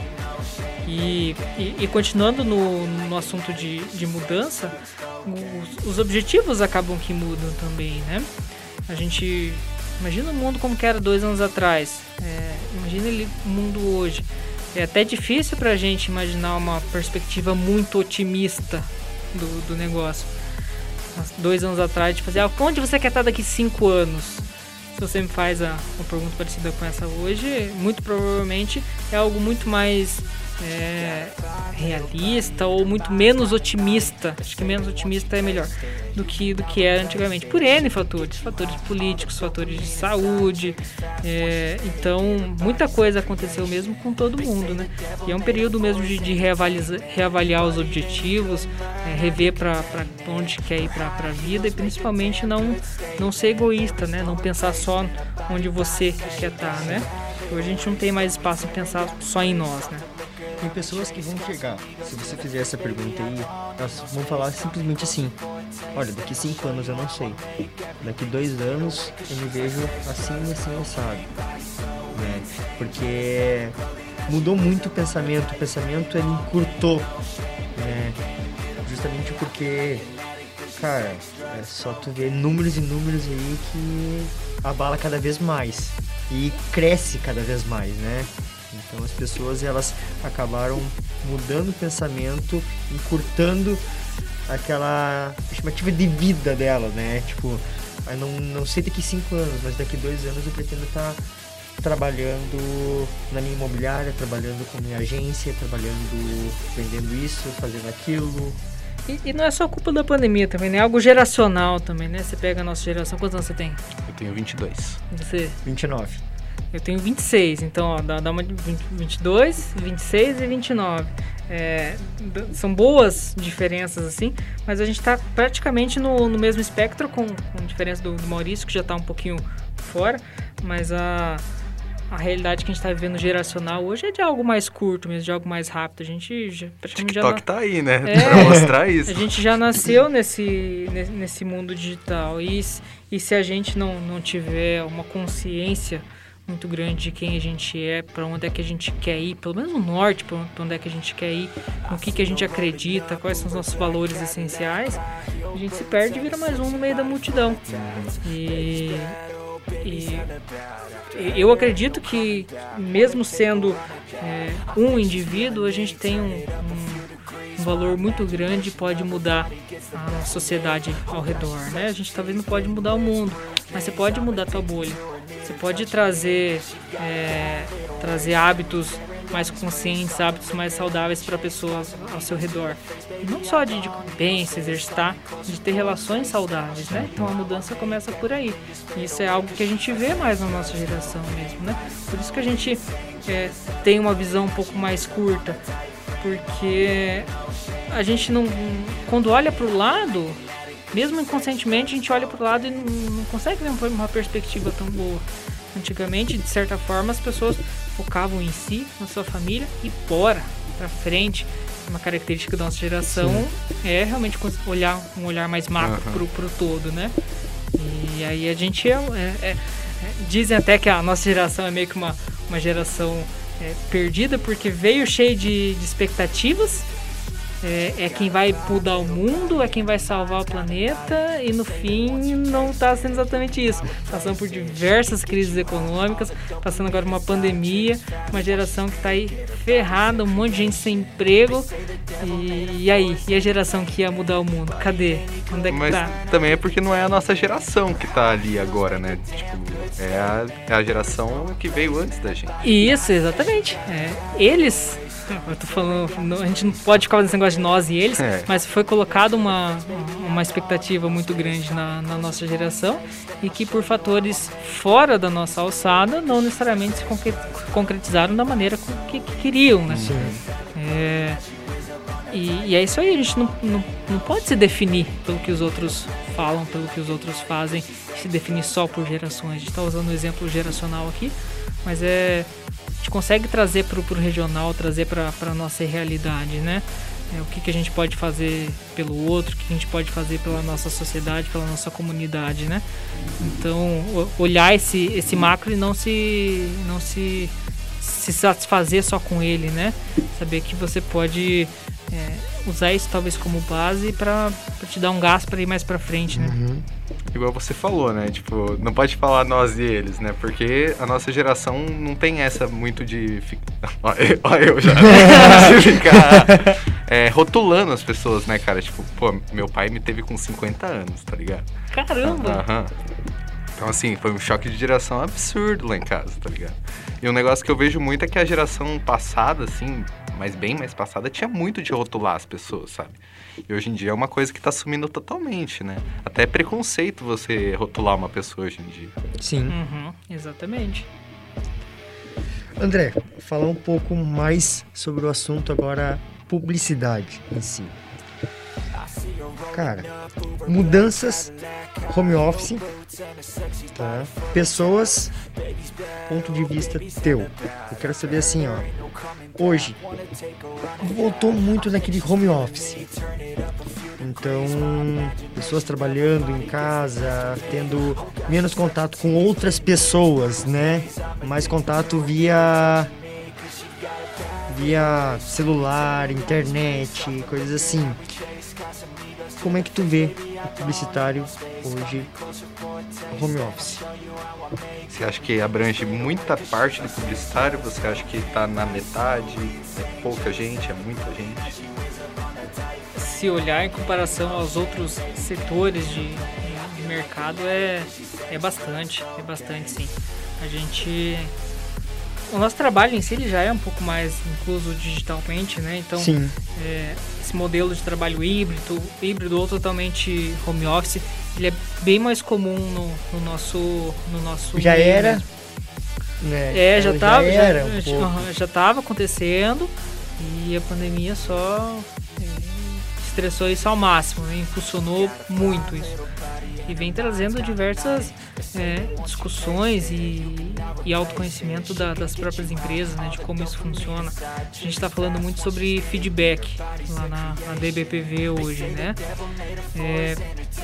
E, e, e continuando no, no assunto de, de mudança, os, os objetivos acabam que mudam também, né? A gente imagina o mundo como que era dois anos atrás, é, imagina ele, o mundo hoje. É até difícil pra gente imaginar uma perspectiva muito otimista do, do negócio. Mas dois anos atrás, a gente fazia, ah, onde você quer estar daqui cinco anos? Se você me faz a, uma pergunta parecida com essa hoje, muito provavelmente é algo muito mais é, realista ou muito menos otimista, acho que menos otimista é melhor, do que, do que era antigamente, por N fatores, fatores políticos, fatores de saúde, é, então muita coisa aconteceu mesmo com todo mundo, né? E é um período mesmo de, de reavaliar, reavaliar os objetivos, é, rever para onde quer ir para a vida e principalmente não, não ser egoísta, né? Não pensar só onde você quer estar, né? Hoje a gente não tem mais espaço para pensar só em nós, né? Tem pessoas que vão chegar, se você fizer essa pergunta aí, elas vão falar simplesmente assim: olha, daqui cinco anos eu não sei, daqui dois anos eu me vejo assim, assim, assado, né? Porque mudou muito o pensamento, o pensamento ele encurtou, né? Justamente porque, cara, é só tu ver números e números aí que abala cada vez mais e cresce cada vez mais, né? Então as pessoas elas acabaram mudando o pensamento, encurtando aquela estimativa de vida dela, né? Tipo, eu não, não sei daqui cinco anos, mas daqui dois anos eu pretendo estar trabalhando na minha imobiliária, trabalhando com minha agência, trabalhando, vendendo isso, fazendo aquilo. E, e não é só culpa da pandemia também, né? É algo geracional também, né? Você pega a nossa geração, quantos anos você tem? Eu tenho vinte e dois. E você? vinte e nove. Eu tenho vinte e seis, então ó, dá, dá uma vinte, vinte e dois, vinte e seis e vinte e nove. É, são boas diferenças assim, mas a gente está praticamente no, no mesmo espectro, com, com diferença do, do Maurício, que já está um pouquinho fora, mas a, a realidade que a gente está vivendo geracional hoje é de algo mais curto mesmo, de algo mais rápido. A gente já, praticamente TikTok já... tá aí, né? É, pra mostrar isso. A gente já nasceu nesse, nesse mundo digital e, e se a gente não, não tiver uma consciência muito grande de quem a gente é, para onde é que a gente quer ir, pelo menos no norte, para onde é que a gente quer ir, no que, que a gente acredita, quais são os nossos valores essenciais, a gente se perde e vira mais um no meio da multidão. E, e eu acredito que, mesmo sendo é, um indivíduo, a gente tem um, um, um valor muito grande e pode mudar a sociedade ao redor, né? A gente talvez não pode mudar o mundo, mas você pode mudar a tua bolha. Você pode trazer, é, trazer hábitos mais conscientes, hábitos mais saudáveis para pessoas ao seu redor. E não só de, de comer bem, se exercitar, de ter relações saudáveis, né? Então a mudança começa por aí. E isso é algo que a gente vê mais na nossa geração mesmo, né? Por isso que a gente é, tem uma visão um pouco mais curta, porque a gente não, quando olha para o lado, mesmo inconscientemente, a gente olha para o lado e não, não consegue ver uma perspectiva tão boa. Antigamente, de certa forma, as pessoas focavam em si, na sua família e bora para frente. Uma característica da nossa geração Sim. é realmente olhar um olhar mais macro uhum. pro, pro todo, né? E aí a gente é, é, é, dizem até que a nossa geração é meio que uma, uma geração é, perdida, porque veio cheio de, de expectativas. É, é quem vai mudar o mundo, é quem vai salvar o planeta e no fim não está sendo exatamente isso. Passando por diversas crises econômicas, passando agora uma pandemia, uma geração que está aí ferrada, um monte de gente sem emprego. E, e aí? E a geração que ia mudar o mundo? Cadê? Onde é que Mas tá? Também é porque não é a nossa geração que está ali agora, né? Tipo, é a, é a geração que veio antes da gente. Isso, exatamente. É, eles... Eu tô falando, a gente não pode ficar nesse negócio de nós e eles, é. mas foi colocada uma, uma expectativa muito grande na, na nossa geração e que por fatores fora da nossa alçada não necessariamente se concretizaram da maneira que, que queriam, né? É, e, e é isso aí, a gente não, não, não pode se definir pelo que os outros falam, pelo que os outros fazem, se definir só por gerações. A gente tá usando o exemplo geracional aqui, mas é... A gente consegue trazer para o regional, trazer para a nossa realidade, né? É, o que, que a gente pode fazer pelo outro, o que a gente pode fazer pela nossa sociedade, pela nossa comunidade, né? Então, olhar esse, esse macro e não se, não se, se satisfazer só com ele, né? Saber que você pode é, usar isso talvez como base para te dar um gás para ir mais para frente, né? Uhum. Igual você falou, né? Tipo, não pode falar nós e eles, né? Porque a nossa geração não tem essa muito de... Olha, olha eu já... de ficar é, rotulando as pessoas, né, cara? Tipo, pô, meu pai me teve com cinquenta anos, tá ligado? Caramba! Aham. Então, assim, foi um choque de geração absurdo lá em casa, tá ligado? E um negócio que eu vejo muito é que a geração passada, assim, mas bem mais passada, tinha muito de rotular as pessoas, sabe? E hoje em dia é uma coisa que tá sumindo totalmente, né? Até é preconceito você rotular uma pessoa hoje em dia. Sim. Uhum, exatamente. André, falar um pouco mais sobre o assunto agora, publicidade em si. Cara, mudanças, home office, tá? Pessoas, ponto de vista teu. Eu quero saber assim, ó. Hoje, voltou muito naquele home office. Então, pessoas trabalhando em casa, tendo menos contato com outras pessoas, né? Mais contato via... via celular, internet, coisas assim. Como é que tu vê o publicitário hoje, home office? Você acha que abrange muita parte do publicitário? Você acha que está na metade? É pouca gente? É muita gente? Se olhar em comparação aos outros setores de, de, de mercado, é, é bastante, é bastante sim. A gente... O nosso trabalho em si ele já é um pouco mais incluso digitalmente, né? Então, é, esse modelo de trabalho híbrido, híbrido ou totalmente home office, ele é bem mais comum no, no nosso no nosso já meio, era, né? É, já estava já, já, já, um já, já tava acontecendo e a pandemia só é, estressou isso ao máximo, né? Impulsionou muito isso. E vem trazendo diversas é, discussões e, e autoconhecimento da, das próprias empresas, né, de como isso funciona. A gente está falando muito sobre feedback lá na, na D B P V hoje, né? É,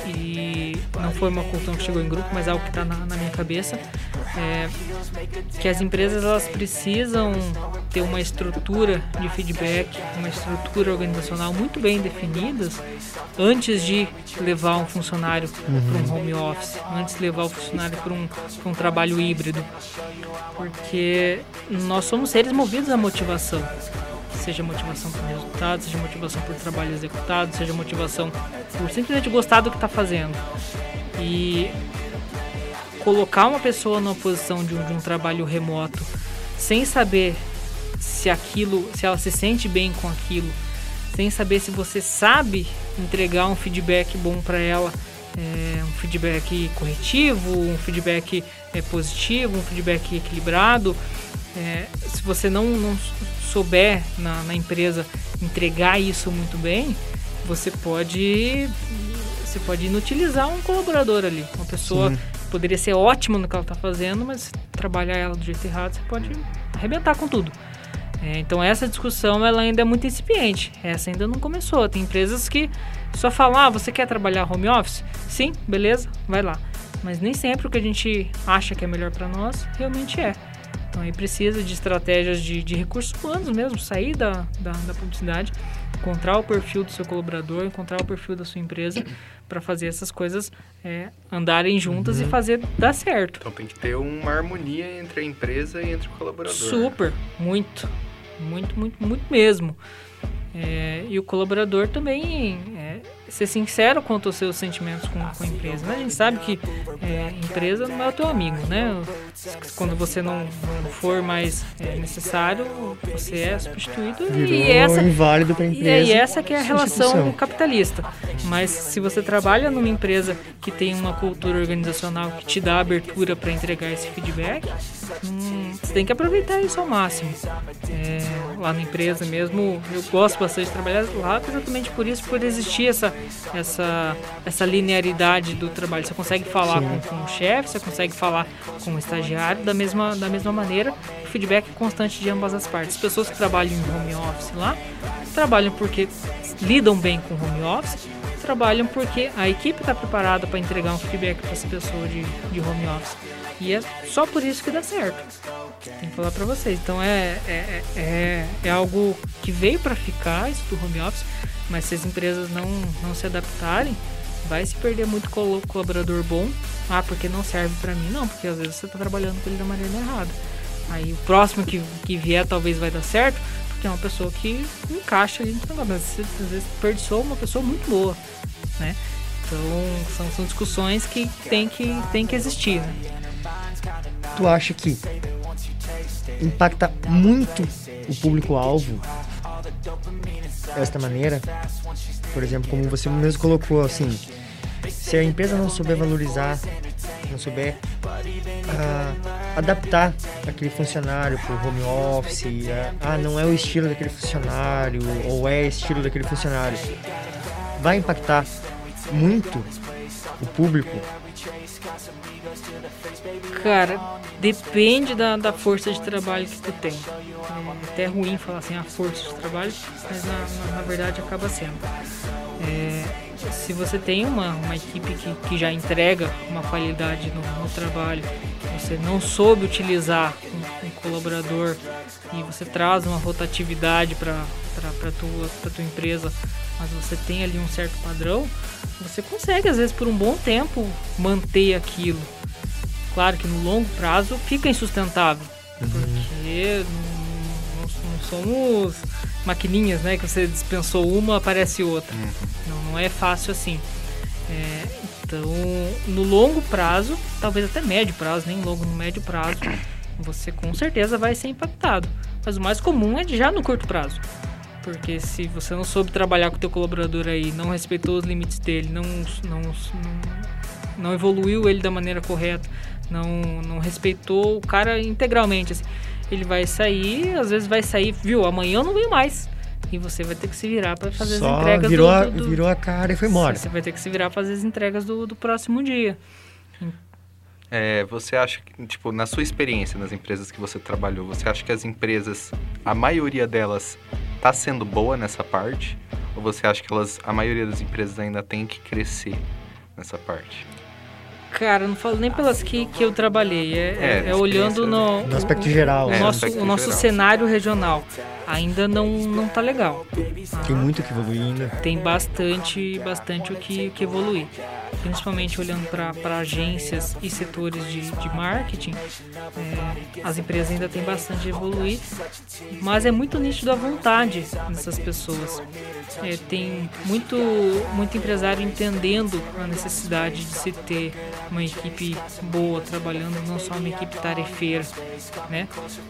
e não foi uma questão que chegou em grupo, mas é algo que está na, na minha cabeça. É, que as empresas elas precisam ter uma estrutura de feedback, uma estrutura organizacional muito bem definidas antes de levar um funcionário uhum. para um home office, antes de levar o funcionário para um, para um trabalho híbrido, porque nós somos seres movidos à motivação, seja motivação por resultado, seja motivação por trabalho executado, seja motivação por simplesmente gostar do que está fazendo. E colocar uma pessoa numa posição de um, de um trabalho remoto sem saber se aquilo, se ela se sente bem com aquilo, sem saber se você sabe entregar um feedback bom para ela, é, um feedback corretivo, um feedback é, positivo, um feedback equilibrado. É, se você não, não souber na, na empresa entregar isso muito bem, você pode, você pode inutilizar um colaborador ali, uma pessoa Sim. que poderia ser ótima no que ela está fazendo, mas se trabalhar ela do jeito errado, você pode arrebentar com tudo. É, então essa discussão ela ainda é muito incipiente, essa ainda não começou. Tem empresas que só falam, ah, você quer trabalhar home office? Sim, beleza, vai lá. Mas nem sempre o que a gente acha que é melhor para nós, realmente é. Então aí precisa de estratégias de, de recursos humanos mesmo, sair da, da, da publicidade, encontrar o perfil do seu colaborador, encontrar o perfil da sua empresa para fazer essas coisas é, andarem juntas uhum. e fazer dar certo. Então tem que ter uma harmonia entre a empresa e entre o colaborador. Super, muito. Muito, muito, muito mesmo. É, e o colaborador também é, ser sincero quanto aos seus sentimentos com, com a empresa, né? A gente sabe que é, empresa não é o teu amigo, né? Quando você não, não for mais é, necessário, você é substituído. Virou e essa inválido para a empresa. E essa que é a relação capitalista. Mas se você trabalha numa empresa que tem uma cultura organizacional que te dá abertura para entregar esse feedback, hum, você tem que aproveitar isso ao máximo. É, lá na empresa mesmo, eu gosto bastante de trabalhar lá exatamente por isso, por existir essa, essa, essa linearidade do trabalho. Você consegue falar com, com o chefe, você consegue falar com o estagiário da mesma, da mesma maneira. O feedback é constante de ambas as partes. As pessoas que trabalham em home office lá, trabalham porque lidam bem com home office, trabalham porque a equipe está preparada para entregar um feedback para essa pessoa de, de home office. E é só por isso que dá certo. Tem que falar para vocês. Então é, é, é, é algo que veio para ficar, isso do home office, mas se as empresas não, não se adaptarem, vai se perder muito colaborador bom. Ah, porque não serve para mim. Não, porque às vezes você está trabalhando com ele da maneira errada. Aí o próximo que, que vier talvez vai dar certo, porque é uma pessoa que encaixa ali no negócio. Mas você às vezes desperdiçou uma pessoa muito boa, né? Então são, são discussões que tem que, tem que existir, né? Tu acha que impacta muito o público-alvo desta maneira, por exemplo, como você mesmo colocou, assim, se a empresa não souber valorizar, não souber uh, adaptar aquele funcionário para o home office, uh, ah, não é o estilo daquele funcionário, ou é estilo daquele funcionário, vai impactar muito o público? Cara, depende da, da força de trabalho que tu tem. É até ruim falar assim, a força de trabalho, mas na, na, na verdade acaba sendo. É, se você tem uma, uma equipe que, que já entrega uma qualidade no, no trabalho, você não soube utilizar um, um colaborador e você traz uma rotatividade para a tua, pra tua empresa, mas você tem ali um certo padrão, você consegue às vezes por um bom tempo manter aquilo. Claro que no longo prazo fica insustentável, uhum. porque não, não, não somos maquininhas, né, que você dispensou uma, aparece outra. Uhum. Não, não é fácil assim. É, então, no longo prazo, talvez até médio prazo, nem longo, no médio prazo, você com certeza vai ser impactado. Mas o mais comum é de já no curto prazo. Porque se você não soube trabalhar com o teu colaborador aí, não respeitou os limites dele, não, não, não, não evoluiu ele da maneira correta, não, não respeitou o cara integralmente, assim, ele vai sair, às vezes vai sair, viu, amanhã eu não venho mais. E você vai ter que se virar para fazer Só as entregas virou do, a, do, do... virou a cara e foi embora. Você vai ter que se virar para fazer as entregas do, do próximo dia. É, você acha que, tipo, na sua experiência nas empresas que você trabalhou, você acha que as empresas, a maioria delas está sendo boa nessa parte? Ou você acha que elas, a maioria das empresas ainda tem que crescer nessa parte? Cara, eu não falo nem pelas que, que eu trabalhei, é, é, é olhando no, no aspecto geral. O, é, nosso, aspecto o nosso geral. cenário regional ainda não, não tá legal. Tem muito que evoluir ainda. Tem bastante, bastante o que, que evoluir. Principalmente olhando para agências e setores de, de marketing, é, as empresas ainda têm bastante a evoluir, mas é muito nítido a vontade dessas pessoas. É, tem muito, muito empresário entendendo a necessidade de se ter uma equipe boa trabalhando, não só uma equipe tarefeira, né?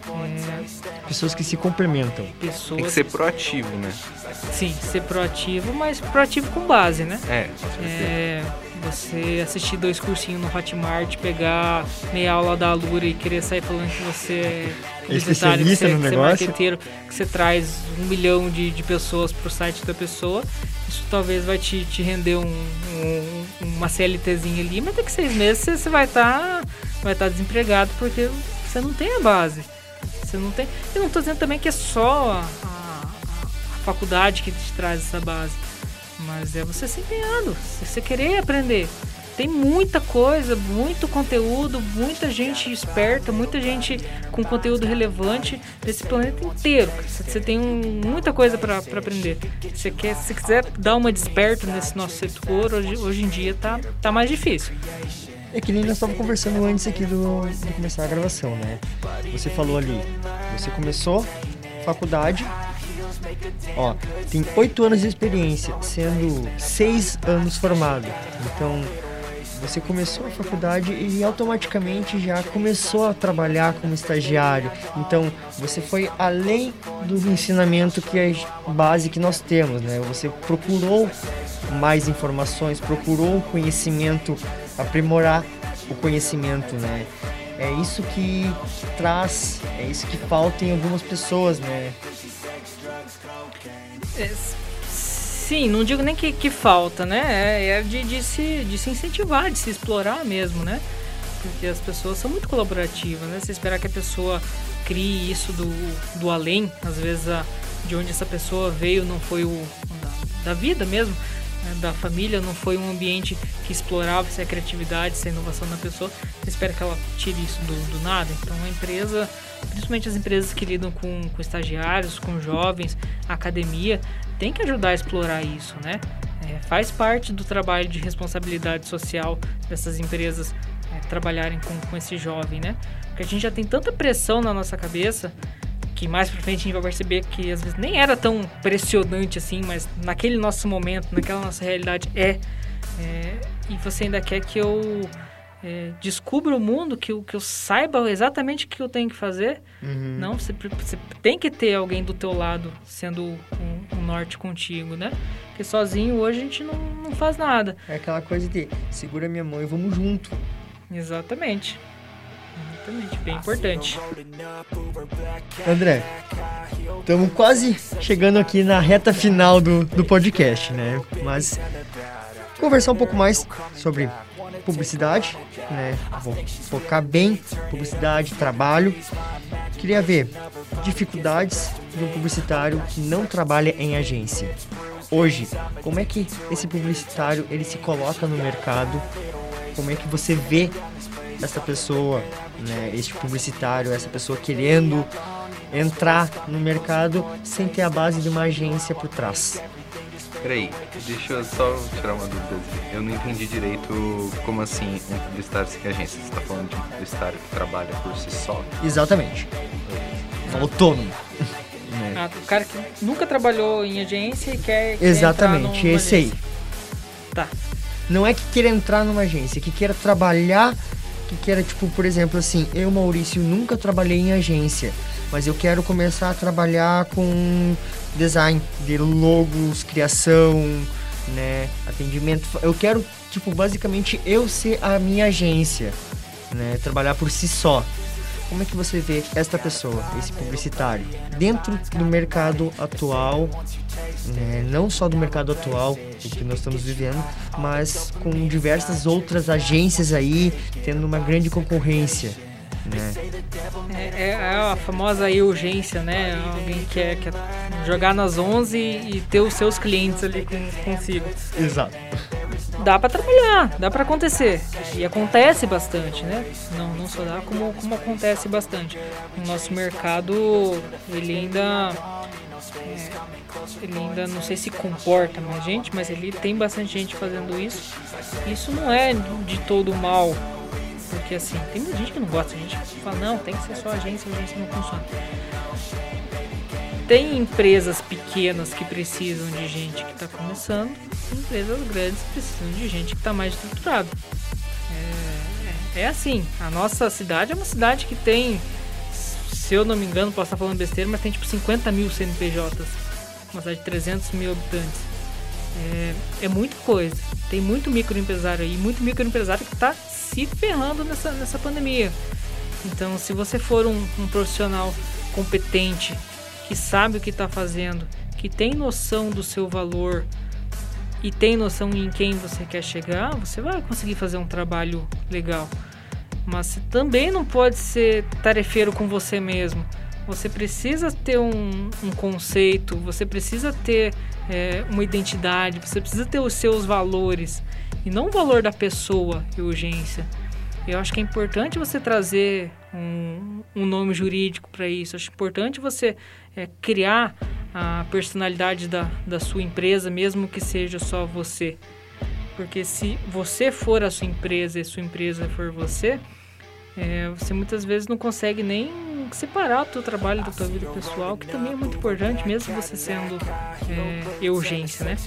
É, pessoas que se complementam. Pessoas... Tem que ser proativo, né? Sim, ser proativo, mas proativo com base, né? É, é você assistir dois cursinhos no Hotmart, pegar meia aula da Alura e querer sair falando que você é publicitário, que você, no que você é negócio. marqueteiro, que você traz um milhão de, de pessoas pro site da pessoa, isso talvez vai te, te render um, um, uma CLTzinha ali, mas daqui seis meses você, você vai estar tá, vai tá desempregado porque você não tem a base. Você não tem... Eu não estou dizendo também que é só a, a, a faculdade que te traz essa base, mas é você se empenhando, você querer aprender. Tem muita coisa, muito conteúdo, muita gente esperta, muita gente com conteúdo relevante nesse planeta inteiro. Você tem um, muita coisa para aprender. Você quer, se quiser dar uma desperta nesse nosso setor, hoje, hoje em dia tá, tá mais difícil. É que nem nós estávamos conversando antes aqui do, de começar a gravação, né? Você falou ali, você começou faculdade, ó, tem oito anos de experiência, sendo seis anos formado. Então, você começou a faculdade e automaticamente já começou a trabalhar como estagiário. Então, você foi além do ensinamento que é a base que nós temos, né? Você procurou mais informações, procurou o conhecimento, aprimorar o conhecimento, né? É isso que traz, é isso que falta em algumas pessoas, né? É, sim, não digo nem que, que falta, né? É de, de, se, de se incentivar, de se explorar mesmo, né? Porque as pessoas são muito colaborativas, né? Você esperar que a pessoa crie isso do, do além, às vezes a, de onde essa pessoa veio não foi o da, da vida mesmo, né? Da família, não foi um ambiente que explorava essa criatividade, essa inovação da pessoa. Você espera que ela tire isso do, do nada. Então a empresa, principalmente as empresas que lidam com, com estagiários, com jovens, a academia, tem que ajudar a explorar isso, né? É, faz parte do trabalho de responsabilidade social dessas empresas é, trabalharem com, com esse jovem, né? Porque a gente já tem tanta pressão na nossa cabeça que mais pra frente a gente vai perceber que às vezes nem era tão pressionante assim, mas naquele nosso momento, naquela nossa realidade é. é e você ainda quer que eu é, descubra o mundo, que eu, que eu saiba exatamente o que eu tenho que fazer. Uhum. Não, você, você tem que ter alguém do teu lado, sendo um, um norte contigo, né? Porque sozinho hoje a gente não, não faz nada. É aquela coisa de segura minha mão e vamos junto. Exatamente. Exatamente, bem importante. André, estamos quase chegando aqui na reta final do, do podcast, né? Mas conversar um pouco mais sobre publicidade, né? Vou focar bem publicidade, trabalho. Queria ver dificuldades de um publicitário que não trabalha em agência. Hoje, como é que esse publicitário ele se coloca no mercado? Como é que você vê essa pessoa, né, este publicitário, essa pessoa querendo entrar no mercado sem ter a base de uma agência por trás? Peraí, deixa eu só tirar uma dúvida. Eu não entendi direito como assim um publicitário sem agência. Você está falando de um publicitário que trabalha por si só? Exatamente. Autônomo. Ah, o cara que nunca trabalhou em agência e quer, quer Exatamente, entrar numa esse aí. agência. Tá. Não é que queira entrar numa agência, que queira trabalhar, que queira, tipo, por exemplo, assim, eu, Maurício, nunca trabalhei em agência, mas eu quero começar a trabalhar com design de logos, criação, né, atendimento. Eu quero, tipo, basicamente eu ser a minha agência, né, trabalhar por si só. Como é que você vê esta pessoa, esse publicitário, dentro do mercado atual, né, não só do mercado atual, o que nós estamos vivendo, mas com diversas outras agências aí, tendo uma grande concorrência, né? É, é a famosa urgência, né? Alguém que quer, quer jogar nas onze e ter os seus clientes ali com, consigo. Exato. Dá pra trabalhar, dá pra acontecer. E acontece bastante, né? Não, não só dá, como, como acontece bastante. O nosso mercado, ele ainda... É, ele ainda, não sei se comporta mais gente, mas ele tem bastante gente fazendo isso. Isso não é de todo mal. Porque assim, tem muita gente que não gosta. A gente fala, não, tem que ser só agência, a agência não funciona. Tem empresas pequenas que precisam de gente que está começando, e empresas grandes precisam de gente que está mais estruturada. É, é, é assim, a nossa cidade é uma cidade que tem, se eu não me engano, posso estar falando besteira, mas tem tipo cinquenta mil C N P Js, uma cidade de trezentos mil habitantes. É, é muita coisa, tem muito microempresário aí, muito microempresário que está se ferrando nessa, nessa pandemia. Então, se você for um, um profissional competente, que sabe o que está fazendo, que tem noção do seu valor e tem noção em quem você quer chegar, você vai conseguir fazer um trabalho legal. Mas você também não pode ser tarefeiro com você mesmo. Você precisa ter um, um conceito, você precisa ter é, uma identidade, você precisa ter os seus valores e não o valor da pessoa e urgência. Eu acho que é importante você trazer um, um nome jurídico para isso. Eu acho importante você é, criar a personalidade da, da sua empresa, mesmo que seja só você. Porque se você for a sua empresa e a sua empresa for você, é, você muitas vezes não consegue nem separar o teu trabalho da tua vida pessoal, que também é muito importante, mesmo você sendo é, urgência, né?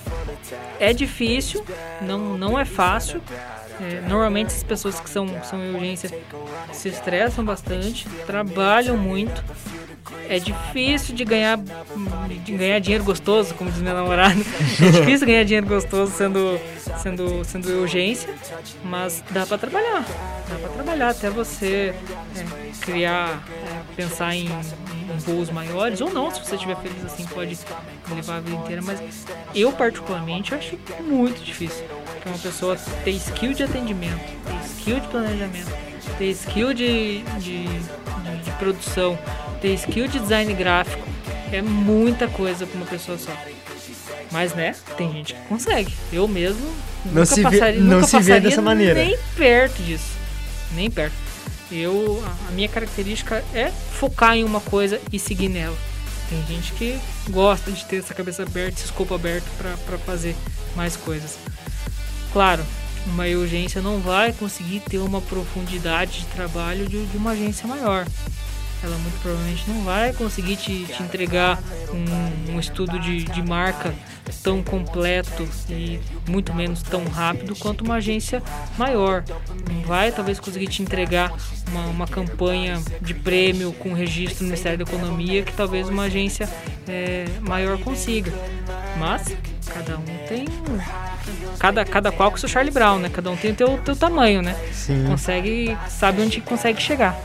É difícil, não, não é fácil. É, normalmente as pessoas que são, são urgência se estressam bastante, trabalham muito. É difícil de ganhar, de ganhar dinheiro gostoso, como diz minha namorada. É difícil ganhar dinheiro gostoso sendo, sendo, sendo urgência, mas dá pra trabalhar. Dá pra trabalhar até você é, criar, é, pensar em, em voos maiores, ou não, se você estiver feliz assim, pode levar a vida inteira. Mas eu, particularmente, acho muito difícil. Porque uma pessoa ter skill de atendimento, ter skill de planejamento, ter skill de, de, de, de produção, ter skill de design gráfico, é muita coisa para uma pessoa só. Mas, né, tem gente que consegue. Eu mesmo não nunca se passaria, vê, não nunca se passaria vê dessa maneira. Nem perto disso. Nem perto. Eu, a minha característica é focar em uma coisa e seguir nela. Tem gente que gosta de ter essa cabeça aberta, esse escopo aberto para fazer mais coisas. Claro, uma urgência não vai conseguir ter uma profundidade de trabalho de, de uma agência maior. ela muito provavelmente não vai conseguir te, te entregar um, um estudo de, de marca tão completo e muito menos tão rápido quanto uma agência maior. Não vai talvez conseguir te entregar uma, uma campanha de prêmio com registro no Ministério da Economia que talvez uma agência é, maior consiga. Mas cada um tem... Cada, cada qual com o seu Charlie Brown, né? Cada um tem o teu, teu tamanho, né? Sim. Consegue, sabe onde consegue chegar.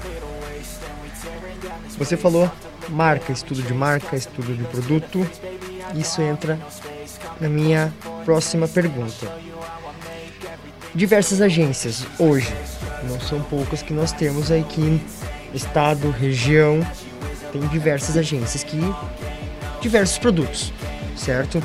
Você falou marca, estudo de marca, estudo de produto. Isso entra na minha próxima pergunta. Diversas agências, hoje, não são poucas que nós temos aqui, estado, região, tem diversas agências que... diversos produtos, certo?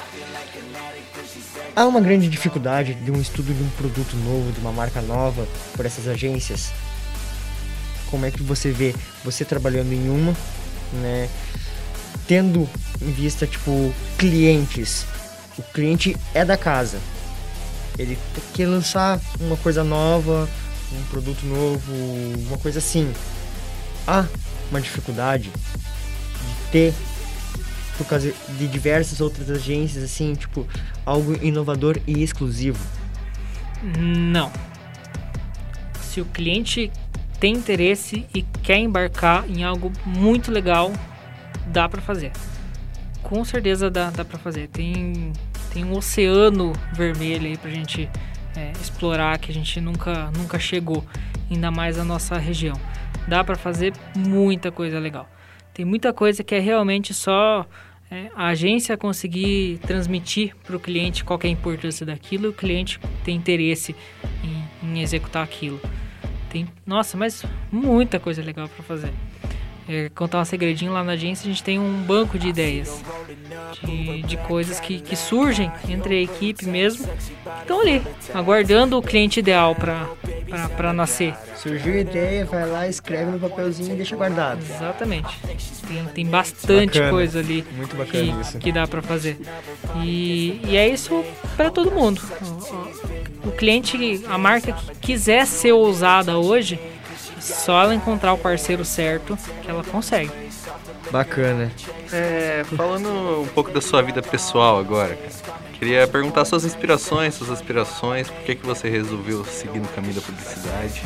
Há uma grande dificuldade de um estudo de um produto novo, de uma marca nova, por essas agências. Como é que você vê você trabalhando em uma, né, tendo em vista, tipo, clientes. O cliente é da casa. Ele quer lançar uma coisa nova, um produto novo, uma coisa assim. Há uma dificuldade de ter, por causa de diversas outras agências, assim, tipo, algo inovador e exclusivo? Não. Se o cliente tem interesse e quer embarcar em algo muito legal, dá pra fazer. Com certeza dá, dá pra fazer. Tem, tem um oceano vermelho aí pra gente é, explorar que a gente nunca, nunca chegou, ainda mais na nossa região. Dá pra fazer muita coisa legal. Tem muita coisa que é realmente só é, a agência conseguir transmitir para o cliente qual que é a importância daquilo e o cliente tem interesse em, em executar aquilo. Tem, nossa, mas muita coisa legal para fazer. É, contar um segredinho, lá na agência a gente tem um banco de ideias, de, de coisas que, que surgem entre a equipe mesmo, que estão ali, aguardando o cliente ideal para nascer. Surgiu a ideia, vai lá, escreve no papelzinho e deixa guardado. Exatamente. Tem, tem bastante bacana. Coisa ali. Muito bacana que, isso. que dá para fazer. E, e é isso para todo mundo. O, o cliente, a marca que quiser ser ousada hoje, só ela encontrar o parceiro certo que ela consegue. Bacana. É, falando um pouco da sua vida pessoal agora, cara, queria perguntar suas inspirações, suas aspirações, por que, que você resolveu seguir no caminho da publicidade?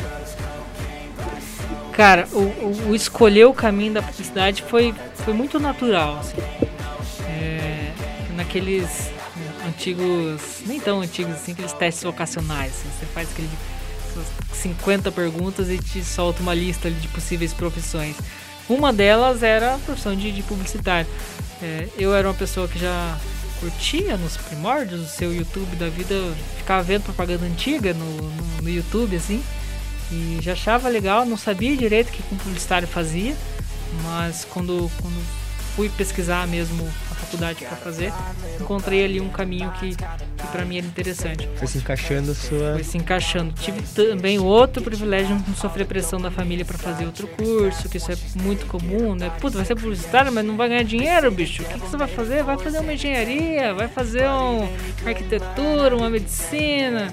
Cara, o, o, o escolher o caminho da publicidade foi, foi muito natural, assim. É, naqueles antigos, nem tão antigos assim, aqueles testes vocacionais, assim, você faz aquele cinquenta perguntas e te solta uma lista ali de possíveis profissões. Uma delas era a profissão de, de publicitário. É, eu era uma pessoa que já curtia nos primórdios do seu YouTube da vida, ficava vendo propaganda antiga no, no, no YouTube, assim, e já achava legal, não sabia direito o que um publicitário fazia, mas quando, quando fui pesquisar mesmo a faculdade para fazer, encontrei ali um caminho que, que para mim era interessante. Foi se encaixando a sua... Foi se encaixando. Tive também outro privilégio de não sofrer pressão da família para fazer outro curso, que isso é muito comum, né? Puta, vai ser publicitário, mas não vai ganhar dinheiro, bicho. O que, que você vai fazer? Vai fazer uma engenharia, vai fazer um, uma arquitetura, uma medicina.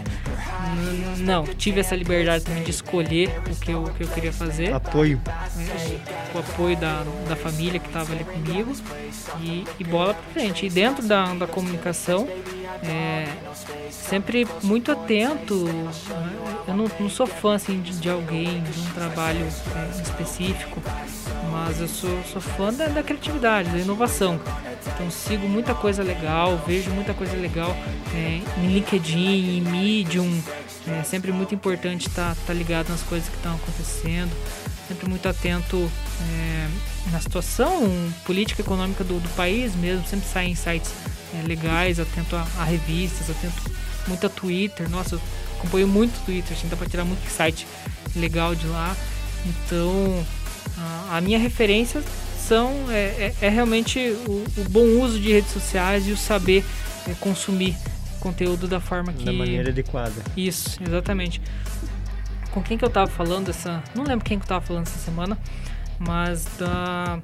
Não, tive essa liberdade também de escolher o que eu, o que eu queria fazer. Apoio. O, o apoio da, da família que estava ali comigo e, e bola pra frente. E dentro da, da comunicação, é, sempre muito atento. Eu não, não sou fã assim, de, de alguém, de um trabalho é, específico, mas eu sou, sou fã da, da criatividade, da inovação. Então sigo muita coisa legal, vejo muita coisa legal é, em LinkedIn, em Medium. É sempre muito importante estar tá, tá ligado nas coisas que estão acontecendo, sempre muito atento é, na situação política e econômica do, do país mesmo, sempre saem sites é, legais, atento a, a revistas, atento muito a Twitter. Nossa, eu acompanho muito Twitter, assim, dá para tirar muito site legal de lá. Então a, a minha referência são, é, é, é realmente o, o bom uso de redes sociais e o saber é, consumir conteúdo da forma que... Da maneira adequada. Isso, exatamente. Com quem que eu tava falando essa... Não lembro quem que eu tava falando essa semana, mas da...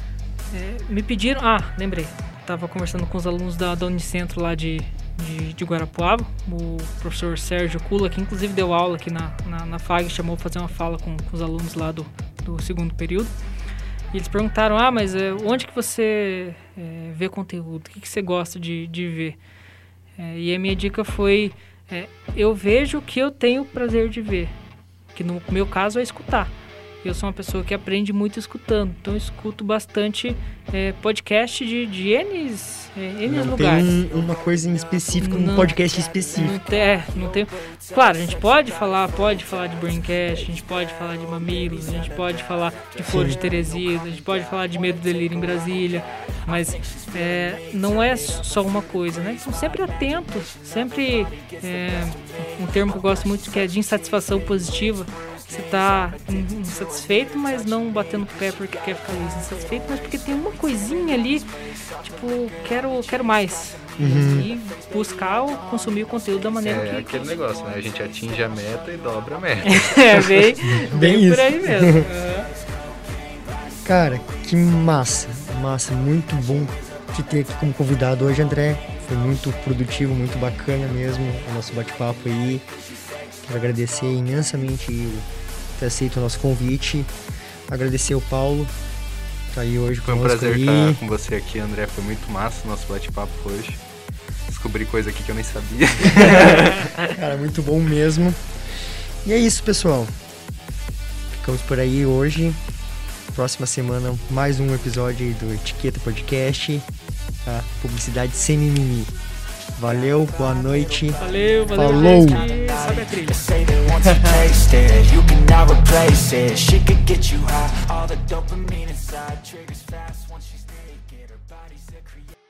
É, me pediram... Ah, lembrei. Tava conversando com os alunos da, da Unicentro lá de, de, de Guarapuava, o professor Sérgio Kula, que inclusive deu aula aqui na, na, na F A G, chamou pra fazer uma fala com, com os alunos lá do, do segundo período. E eles perguntaram, ah, mas é, onde que você é, vê conteúdo? O que, que você gosta de, de ver? É, e a minha dica foi, é, eu vejo o que eu tenho prazer de ver. Que no meu caso é escutar. Eu sou uma pessoa que aprende muito escutando. Então eu escuto bastante é, podcast de, de N, é, N não lugares. Tem um, uma coisa em específico, não, um podcast específico. Não tem, é, não tem. Claro, a gente pode falar, pode falar de Braincast, a gente pode falar de Mamilos, a gente pode falar de Foro de Teresina, a gente pode falar de Medo e Delírio em Brasília, mas é, não é só uma coisa, né? Então sempre atentos, sempre é, um termo que eu gosto muito que é de insatisfação positiva. Você tá insatisfeito, mas não batendo o pé porque quer ficar insatisfeito, mas porque tem uma coisinha ali, tipo, quero, quero mais. Uhum. E buscar ou consumir o conteúdo da maneira é, que... É aquele negócio, né? A gente atinge a meta e dobra a meta. é, bem, bem, bem isso. Por aí mesmo. É. Cara, que massa, massa, muito bom te ter aqui como convidado hoje, André. Foi muito produtivo, muito bacana mesmo o nosso bate-papo aí. Quero agradecer imensamente o ter aceito o nosso convite. Agradecer o Paulo, tá aí hoje Foi um conosco prazer aí. estar com você aqui, André. Foi muito massa o nosso bate-papo hoje. Descobri coisa aqui que eu nem sabia. Cara, muito bom mesmo. E é isso, pessoal. Ficamos por aí hoje. Próxima semana, mais um episódio aí do Etiqueta Podcast. A publicidade sem mimimi. Valeu, boa noite. Valeu, valeu. Falou. Gente. Sobe a trilha. You cannot replace it. She could get you high. All the dopamine inside triggers fast once you